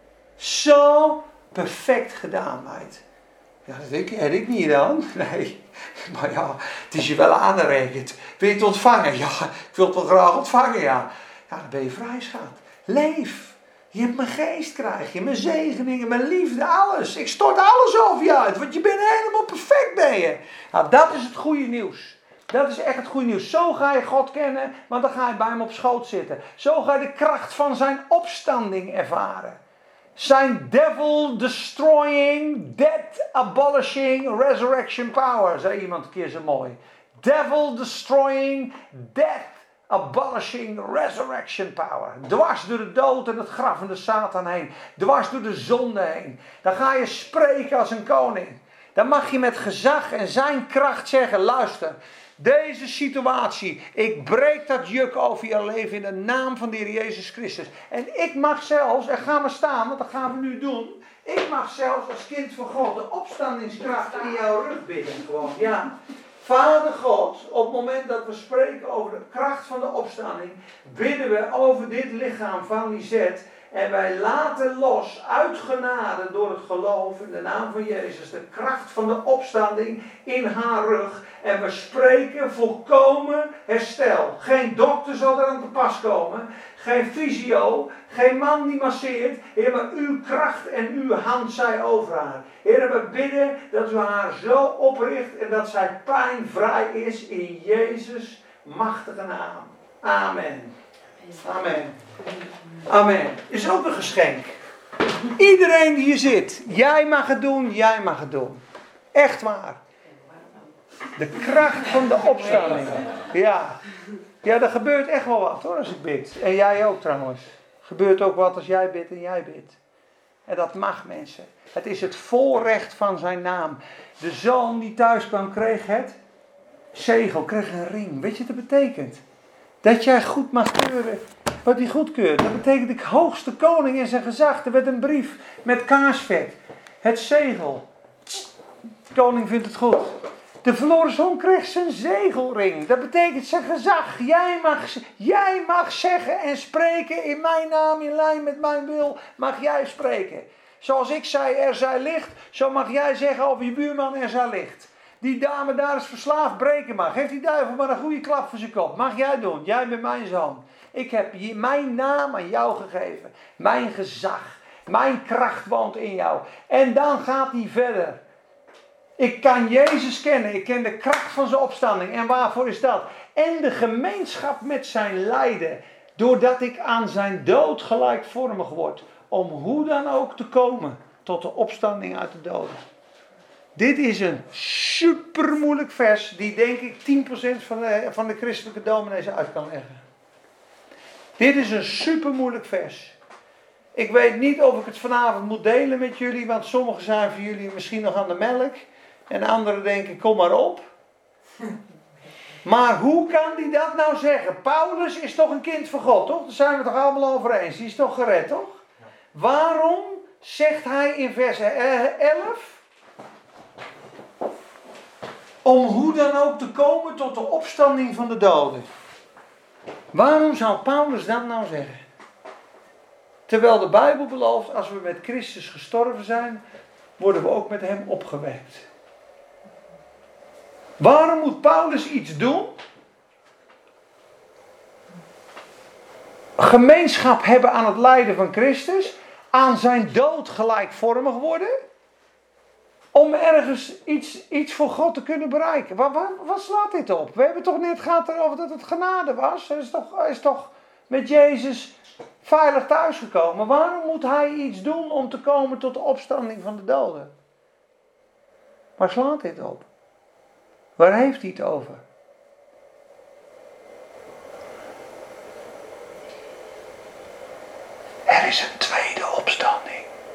Zo perfect gedaan, meid. Ja, dat heb ik niet dan. Nee. Maar ja, het is je wel aangerekend. Wil je het ontvangen? Ja, ik wil het wel graag ontvangen, ja. Ja, dan ben je vrij, schat. Leef. Je hebt mijn geest, krijg je, mijn zegeningen, mijn liefde, alles. Ik stort alles over je uit, want je bent helemaal perfect, ben je. Nou, dat is het goede nieuws. Dat is echt het goede nieuws. Zo ga je God kennen, want dan ga je bij hem op schoot zitten. Zo ga je de kracht van zijn opstanding ervaren. Zijn devil destroying, death abolishing, resurrection power, zei iemand een keer zo mooi. Devil destroying, death abolishing, resurrection power. Dwars door de dood en het graf en de Satan heen. Dwars door de zonde heen. Dan ga je spreken als een koning. Dan mag je met gezag en zijn kracht zeggen, luister, deze situatie, ik breek dat juk over je leven in de naam van de Heer Jezus Christus. En ik mag zelfs, en ga maar staan, want dat gaan we nu doen. Ik mag zelfs als kind van God de opstandingskracht in jouw rug bidden. Gewoon, ja. Vader God, op het moment dat we spreken over de kracht van de opstanding, bidden we over dit lichaam van Lisette. En wij laten los, uit genade door het geloof in de naam van Jezus, de kracht van de opstanding in haar rug. En we spreken volkomen herstel. Geen dokter zal er aan te pas komen. Geen fysio. Geen man die masseert. Heer, maar uw kracht en uw hand zij over haar. Heer, we bidden dat u haar zo opricht en dat zij pijnvrij is in Jezus' machtige naam. Amen. Amen. Amen. Is ook een geschenk. Iedereen die hier zit. Jij mag het doen, jij mag het doen. Echt waar. De kracht van de opstanding. Ja. Ja, er gebeurt echt wel wat hoor als ik bid. En jij ook trouwens. Er gebeurt ook wat als jij bidt en jij bidt. En dat mag mensen. Het is het voorrecht van zijn naam. De zoon die thuis kwam kreeg het zegel, kreeg een ring. Weet je wat dat betekent? Dat jij goed mag keuren wat hij goedkeurt. Dat betekent de hoogste koning in zijn gezag. Er werd een brief met kaarsvet. Het zegel. De koning vindt het goed. De verloren zoon kreeg zijn zegelring. Dat betekent zijn gezag. Jij mag zeggen en spreken in mijn naam, in lijn met mijn wil, mag jij spreken. Zoals ik zei, er zij licht, zo mag jij zeggen over je buurman, er zij licht. Die dame daar is verslaafd, breken maar. Geef die duivel maar een goede klap voor zijn kop. Mag jij doen, jij bent mijn zoon. Ik heb mijn naam aan jou gegeven. Mijn gezag, mijn kracht woont in jou. En dan gaat hij verder. Ik kan Jezus kennen. Ik ken de kracht van zijn opstanding. En waarvoor is dat? En de gemeenschap met zijn lijden. Doordat ik aan zijn dood gelijkvormig word. Om hoe dan ook te komen tot de opstanding uit de doden. Dit is een super moeilijk vers. Die denk ik 10% van de christelijke dominees uit kan leggen. Dit is een super moeilijk vers. Ik weet niet of ik het vanavond moet delen met jullie. Want sommigen zijn van jullie misschien nog aan de melk. En anderen denken, kom maar op. Maar hoe kan die dat nou zeggen? Paulus is toch een kind van God, toch? Daar zijn we toch allemaal over eens. Die is toch gered, toch? Waarom zegt hij in vers 11... om hoe dan ook te komen tot de opstanding van de doden. Waarom zou Paulus dat nou zeggen? Terwijl de Bijbel belooft, als we met Christus gestorven zijn, worden we ook met hem opgewekt. Waarom moet Paulus iets doen? Gemeenschap hebben aan het lijden van Christus, aan zijn dood gelijkvormig worden, om ergens iets voor God te kunnen bereiken. Wat slaat dit op? We hebben toch net gehad erover dat het genade was. Hij is toch met Jezus veilig thuisgekomen. Waarom moet hij iets doen om te komen tot de opstanding van de doden? Waar slaat dit op? Waar heeft hij het over? Er is een tweede opstanding.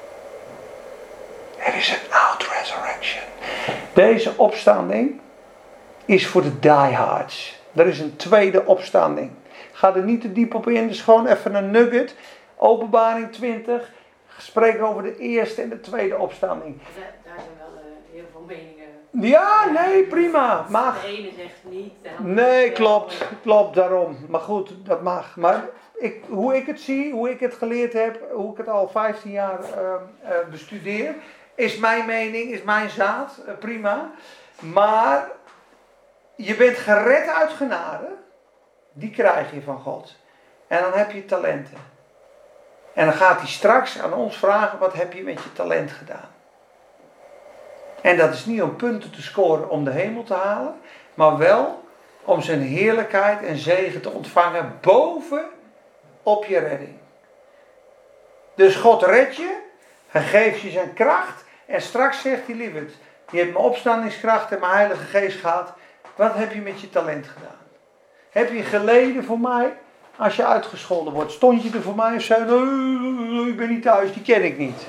Er is een out-resurrection. Deze opstanding is voor de diehards. Er is een tweede opstanding. Ga er niet te diep op in. Dus gewoon even een nugget. Openbaring 20. Spreek over de eerste en de tweede opstanding. Daar zijn wel heel veel meningen. Ja, nee, prima. Mag. De ene zegt niet. Nee, klopt daarom. Maar goed, dat mag. Maar hoe ik het zie, hoe ik het geleerd heb, hoe ik het al 15 jaar bestudeer, is mijn mening, is mijn zaad, prima. Maar je bent gered uit genade, die krijg je van God. En dan heb je talenten. En dan gaat hij straks aan ons vragen, wat heb je met je talent gedaan? En dat is niet om punten te scoren om de hemel te halen, maar wel om zijn heerlijkheid en zegen te ontvangen boven op je redding. Dus God redt je, hij geeft je zijn kracht en straks zegt hij, lieverd, je hebt mijn opstandingskracht en mijn Heilige Geest gehad. Wat heb je met je talent gedaan? Heb je geleden voor mij als je uitgescholden wordt? Stond je er voor mij of zei je, ik ben niet thuis, die ken ik niet.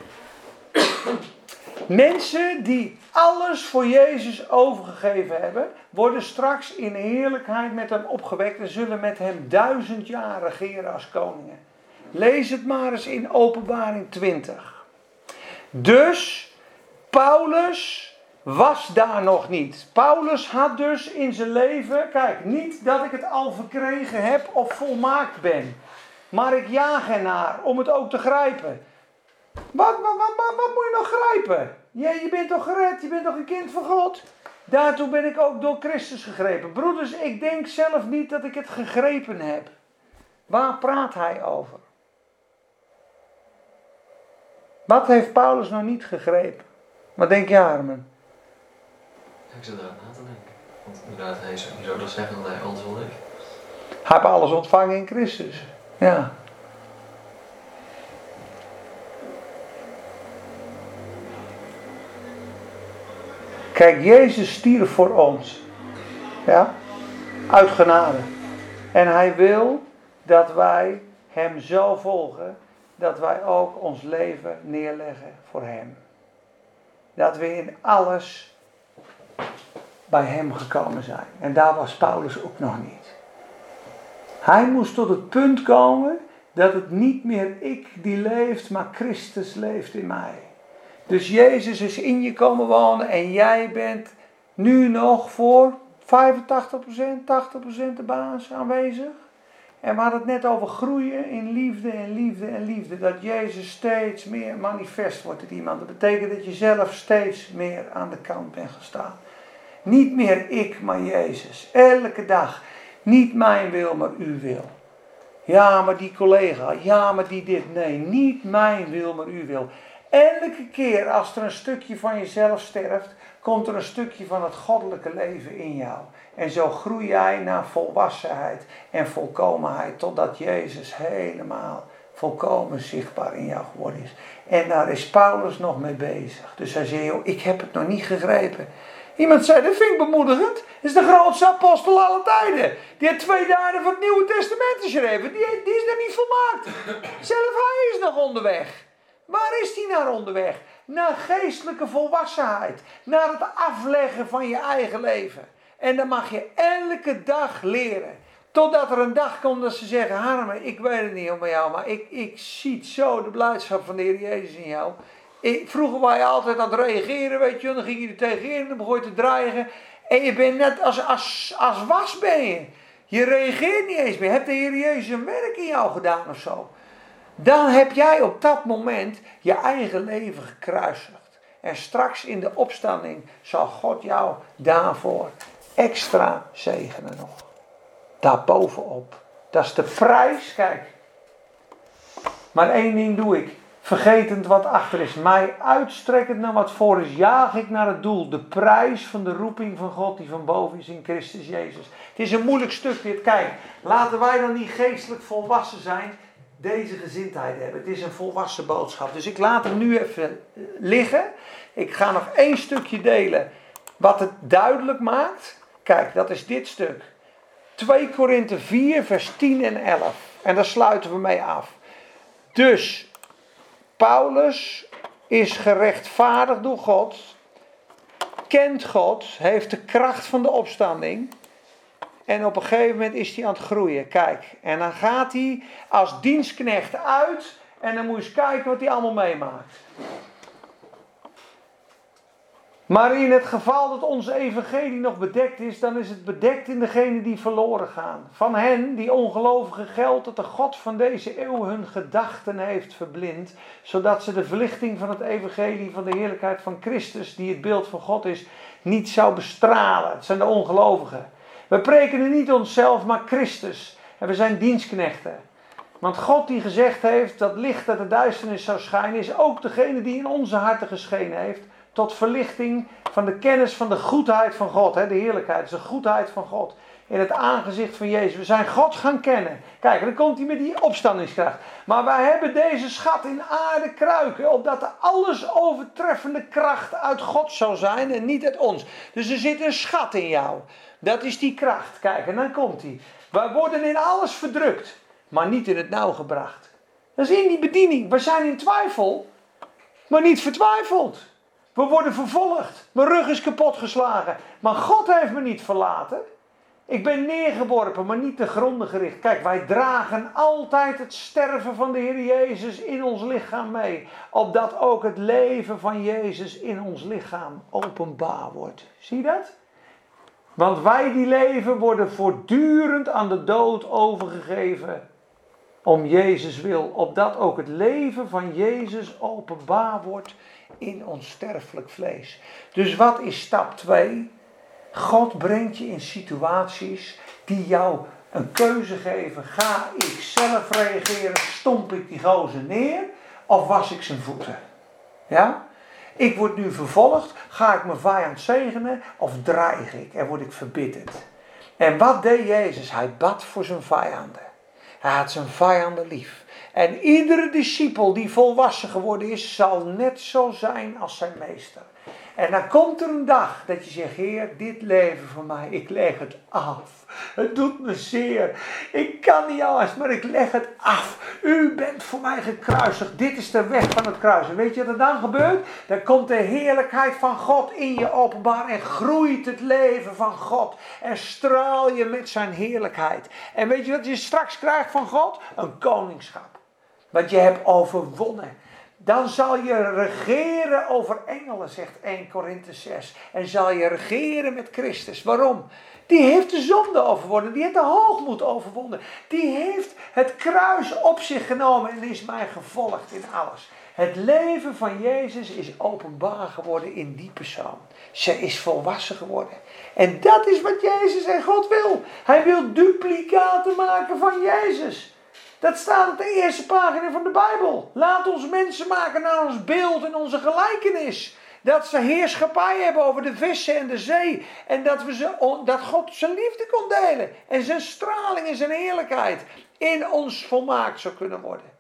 Mensen die alles voor Jezus overgegeven hebben, worden straks in heerlijkheid met hem opgewekt en zullen met hem 1000 jaar regeren als koningen. Lees het maar eens in Openbaring 20. Dus Paulus was daar nog niet. Paulus had dus in zijn leven, kijk, niet dat ik het al verkregen heb of volmaakt ben. Maar ik jaag ernaar om het ook te grijpen. Wat moet je nog grijpen? Je bent toch gered? Je bent toch een kind van God? Daartoe ben ik ook door Christus gegrepen. Broeders, ik denk zelf niet dat ik het gegrepen heb. Waar praat hij over? Wat heeft Paulus nog niet gegrepen? Wat denk je, Armen? Ik zit eruit na te denken. Want inderdaad, je zou toch zeggen dat hij alles wil heeft. Hij heeft alles ontvangen in Christus. Ja. Kijk, Jezus stierf voor ons. Ja? Uit genade. En hij wil dat wij hem zo volgen, dat wij ook ons leven neerleggen voor hem. Dat we in alles bij hem gekomen zijn. En daar was Paulus ook nog niet. Hij moest tot het punt komen dat het niet meer ik die leeft, maar Christus leeft in mij. Dus Jezus is in je komen wonen en jij bent nu nog voor 85%, 80% de baas aanwezig. En we hadden het net over groeien in liefde en liefde en liefde. Dat Jezus steeds meer manifest wordt in iemand. Dat betekent dat je zelf steeds meer aan de kant bent gestaan. Niet meer ik, maar Jezus. Elke dag. Niet mijn wil, maar uw wil. Ja, maar die collega. Ja, maar die dit. Nee, niet mijn wil, maar uw wil. Elke keer als er een stukje van jezelf sterft, komt er een stukje van het goddelijke leven in jou. En zo groei jij naar volwassenheid en volkomenheid, totdat Jezus helemaal volkomen zichtbaar in jou geworden is. En daar is Paulus nog mee bezig. Dus hij zei, joh, ik heb het nog niet gegrepen. Iemand zei, dat vind ik bemoedigend. Dat is de grootste apostel aller tijden. Die heeft 2 derde van het Nieuwe Testament geschreven. Die is nog niet volmaakt. Zelf hij is nog onderweg. Waar is hij naar onderweg? Naar geestelijke volwassenheid. Naar het afleggen van je eigen leven. En dan mag je elke dag leren. Totdat er een dag komt dat ze zeggen, Harmen, ik weet het niet om jou, maar ik zie zo de blijdschap van de Heer Jezus in jou. Vroeger was je altijd aan het reageren, weet je wel. Dan ging je er tegenin, dan begon je te dreigen. En je bent net als was ben je. Je reageert niet eens meer. Hebt de Heer Jezus een werk in jou gedaan of zo? Dan heb jij op dat moment je eigen leven gekruisigd. En straks in de opstanding zal God jou daarvoor extra zegenen nog. Daarbovenop. Dat is de prijs, kijk. Maar 1 ding doe ik. Vergetend wat achter is. Mij uitstrekkend naar wat voor is. Jaag ik naar het doel. De prijs van de roeping van God die van boven is in Christus Jezus. Het is een moeilijk stuk dit. Kijk, laten wij dan niet geestelijk volwassen zijn. Deze gezindheid hebben. Het is een volwassen boodschap. Dus ik laat hem nu even liggen. Ik ga nog 1 stukje delen. Wat het duidelijk maakt. Kijk, dat is dit stuk. 2 Korinthe 4 vers 10 en 11. En daar sluiten we mee af. Dus Paulus is gerechtvaardigd door God. Kent God. Heeft de kracht van de opstanding. En op een gegeven moment is hij aan het groeien. Kijk. En dan gaat hij als dienstknecht uit. En dan moet je eens kijken wat hij allemaal meemaakt. Maar in het geval dat onze evangelie nog bedekt is, dan is het bedekt in degenen die verloren gaan. Van hen, die ongelovigen, geldt dat de God van deze eeuw hun gedachten heeft verblind, zodat ze de verlichting van het evangelie van de heerlijkheid van Christus, die het beeld van God is, niet zou bestralen. Het zijn de ongelovigen. We preken niet onszelf, maar Christus. En we zijn dienstknechten. Want God die gezegd heeft dat licht uit de duisternis zou schijnen, is ook degene die in onze harten geschenen heeft, tot verlichting van de kennis van de goedheid van God. Hè? De heerlijkheid is de goedheid van God. In het aangezicht van Jezus. We zijn God gaan kennen. Kijk, dan komt hij met die opstandingskracht. Maar wij hebben deze schat in aarde kruiken. Opdat de alles overtreffende kracht uit God zou zijn. En niet uit ons. Dus er zit een schat in jou. Dat is die kracht. Kijk, en dan komt hij. Wij worden in alles verdrukt. Maar niet in het nauw gebracht. Dat is in die bediening. We zijn in twijfel. Maar niet vertwijfeld. We worden vervolgd. Mijn rug is kapot geslagen. Maar God heeft me niet verlaten. Ik ben neergeworpen, maar niet te gronden gericht. Kijk, wij dragen altijd het sterven van de Heer Jezus in ons lichaam mee. Opdat ook het leven van Jezus in ons lichaam openbaar wordt. Zie je dat? Want wij die leven worden voortdurend aan de dood overgegeven. Om Jezus wil. Opdat ook het leven van Jezus openbaar wordt in ons sterfelijk vlees. Dus wat is stap 2? God brengt je in situaties die jou een keuze geven. Ga ik zelf reageren? Stomp ik die gozer neer? Of was ik zijn voeten? Ja? Ik word nu vervolgd. Ga ik mijn vijand zegenen? Of dreig ik en word ik verbitterd? En wat deed Jezus? Hij bad voor zijn vijanden. Hij had zijn vijanden lief. En iedere discipel die volwassen geworden is, zal net zo zijn als zijn meester. En dan komt er een dag dat je zegt, Heer, dit leven voor mij, ik leg het af. Het doet me zeer. Ik kan niet anders, maar ik leg het af. U bent voor mij gekruisigd. Dit is de weg van het kruis. En weet je wat er dan gebeurt? Dan komt de heerlijkheid van God in je openbaar en groeit het leven van God. En straal je met zijn heerlijkheid. En weet je wat je straks krijgt van God? Een koningschap. Want je hebt overwonnen. Dan zal je regeren over engelen, zegt 1 Korinthe 6. En zal je regeren met Christus. Waarom? Die heeft de zonde overwonnen. Die heeft de hoogmoed overwonnen. Die heeft het kruis op zich genomen en is mij gevolgd in alles. Het leven van Jezus is openbaar geworden in die persoon. Ze is volwassen geworden. En dat is wat Jezus en God wil. Hij wil duplicaten maken van Jezus. Dat staat op de eerste pagina van de Bijbel. Laat ons mensen maken naar ons beeld en onze gelijkenis. Dat ze heerschappij hebben over de vissen en de zee. En dat God zijn liefde kon delen. En zijn straling en zijn heerlijkheid in ons volmaakt zou kunnen worden.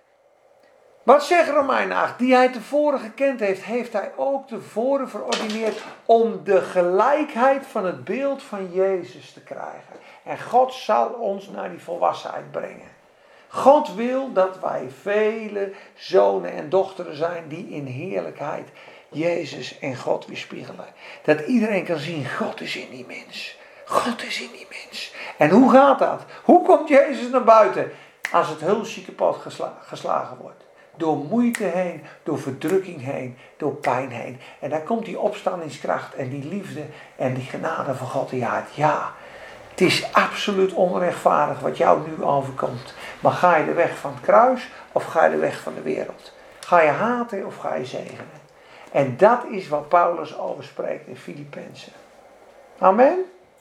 Wat zegt Romeinen 8? Die hij tevoren gekend heeft, heeft hij ook tevoren verordineerd om de gelijkheid van het beeld van Jezus te krijgen. En God zal ons naar die volwassenheid brengen. God wil dat wij vele zonen en dochteren zijn die in heerlijkheid Jezus en God weerspiegelen. Dat iedereen kan zien, God is in die mens. God is in die mens. En hoe gaat dat? Hoe komt Jezus naar buiten? Als het hulsje kapot geslagen wordt. Door moeite heen, door verdrukking heen, door pijn heen. En dan komt die opstandingskracht en die liefde en die genade van God in je hart. Ja, het is absoluut onrechtvaardig wat jou nu overkomt. Maar ga je de weg van het kruis of ga je de weg van de wereld? Ga je haten of ga je zegenen? En dat is wat Paulus over spreekt in Filippenzen. Amen?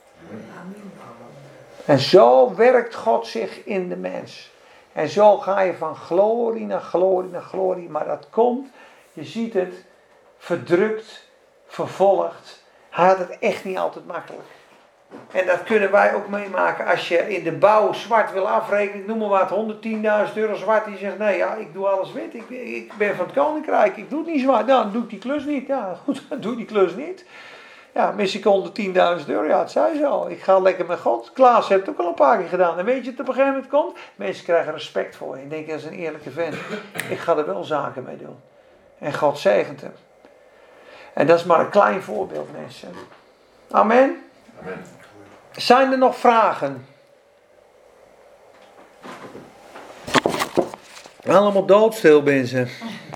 En zo werkt God zich in de mens. En zo ga je van glorie naar glorie naar glorie. Maar dat komt, je ziet het, verdrukt, vervolgd. Hij had het echt niet altijd makkelijk. En dat kunnen wij ook meemaken als je in de bouw zwart wil afrekenen. Ik noem maar wat, 110.000 euro zwart. Die zegt, nee, ja, ik doe alles wit. Ik ben van het koninkrijk. Ik doe het niet zwart. Nou, dan doe ik die klus niet. Ja, goed, dan doe ik die klus niet. Ja, mis ik 110.000 euro. Ja, het zei zo. Ik ga lekker met God. Klaas heeft het ook al een paar keer gedaan. En weet je wat op een gegeven moment komt? Mensen krijgen respect voor je. En denken, dat is een eerlijke vent. Ik ga er wel zaken mee doen. En God zegent hem. En dat is maar een klein voorbeeld, mensen. Amen. Amen. Zijn er nog vragen? Allemaal doodstil, mensen.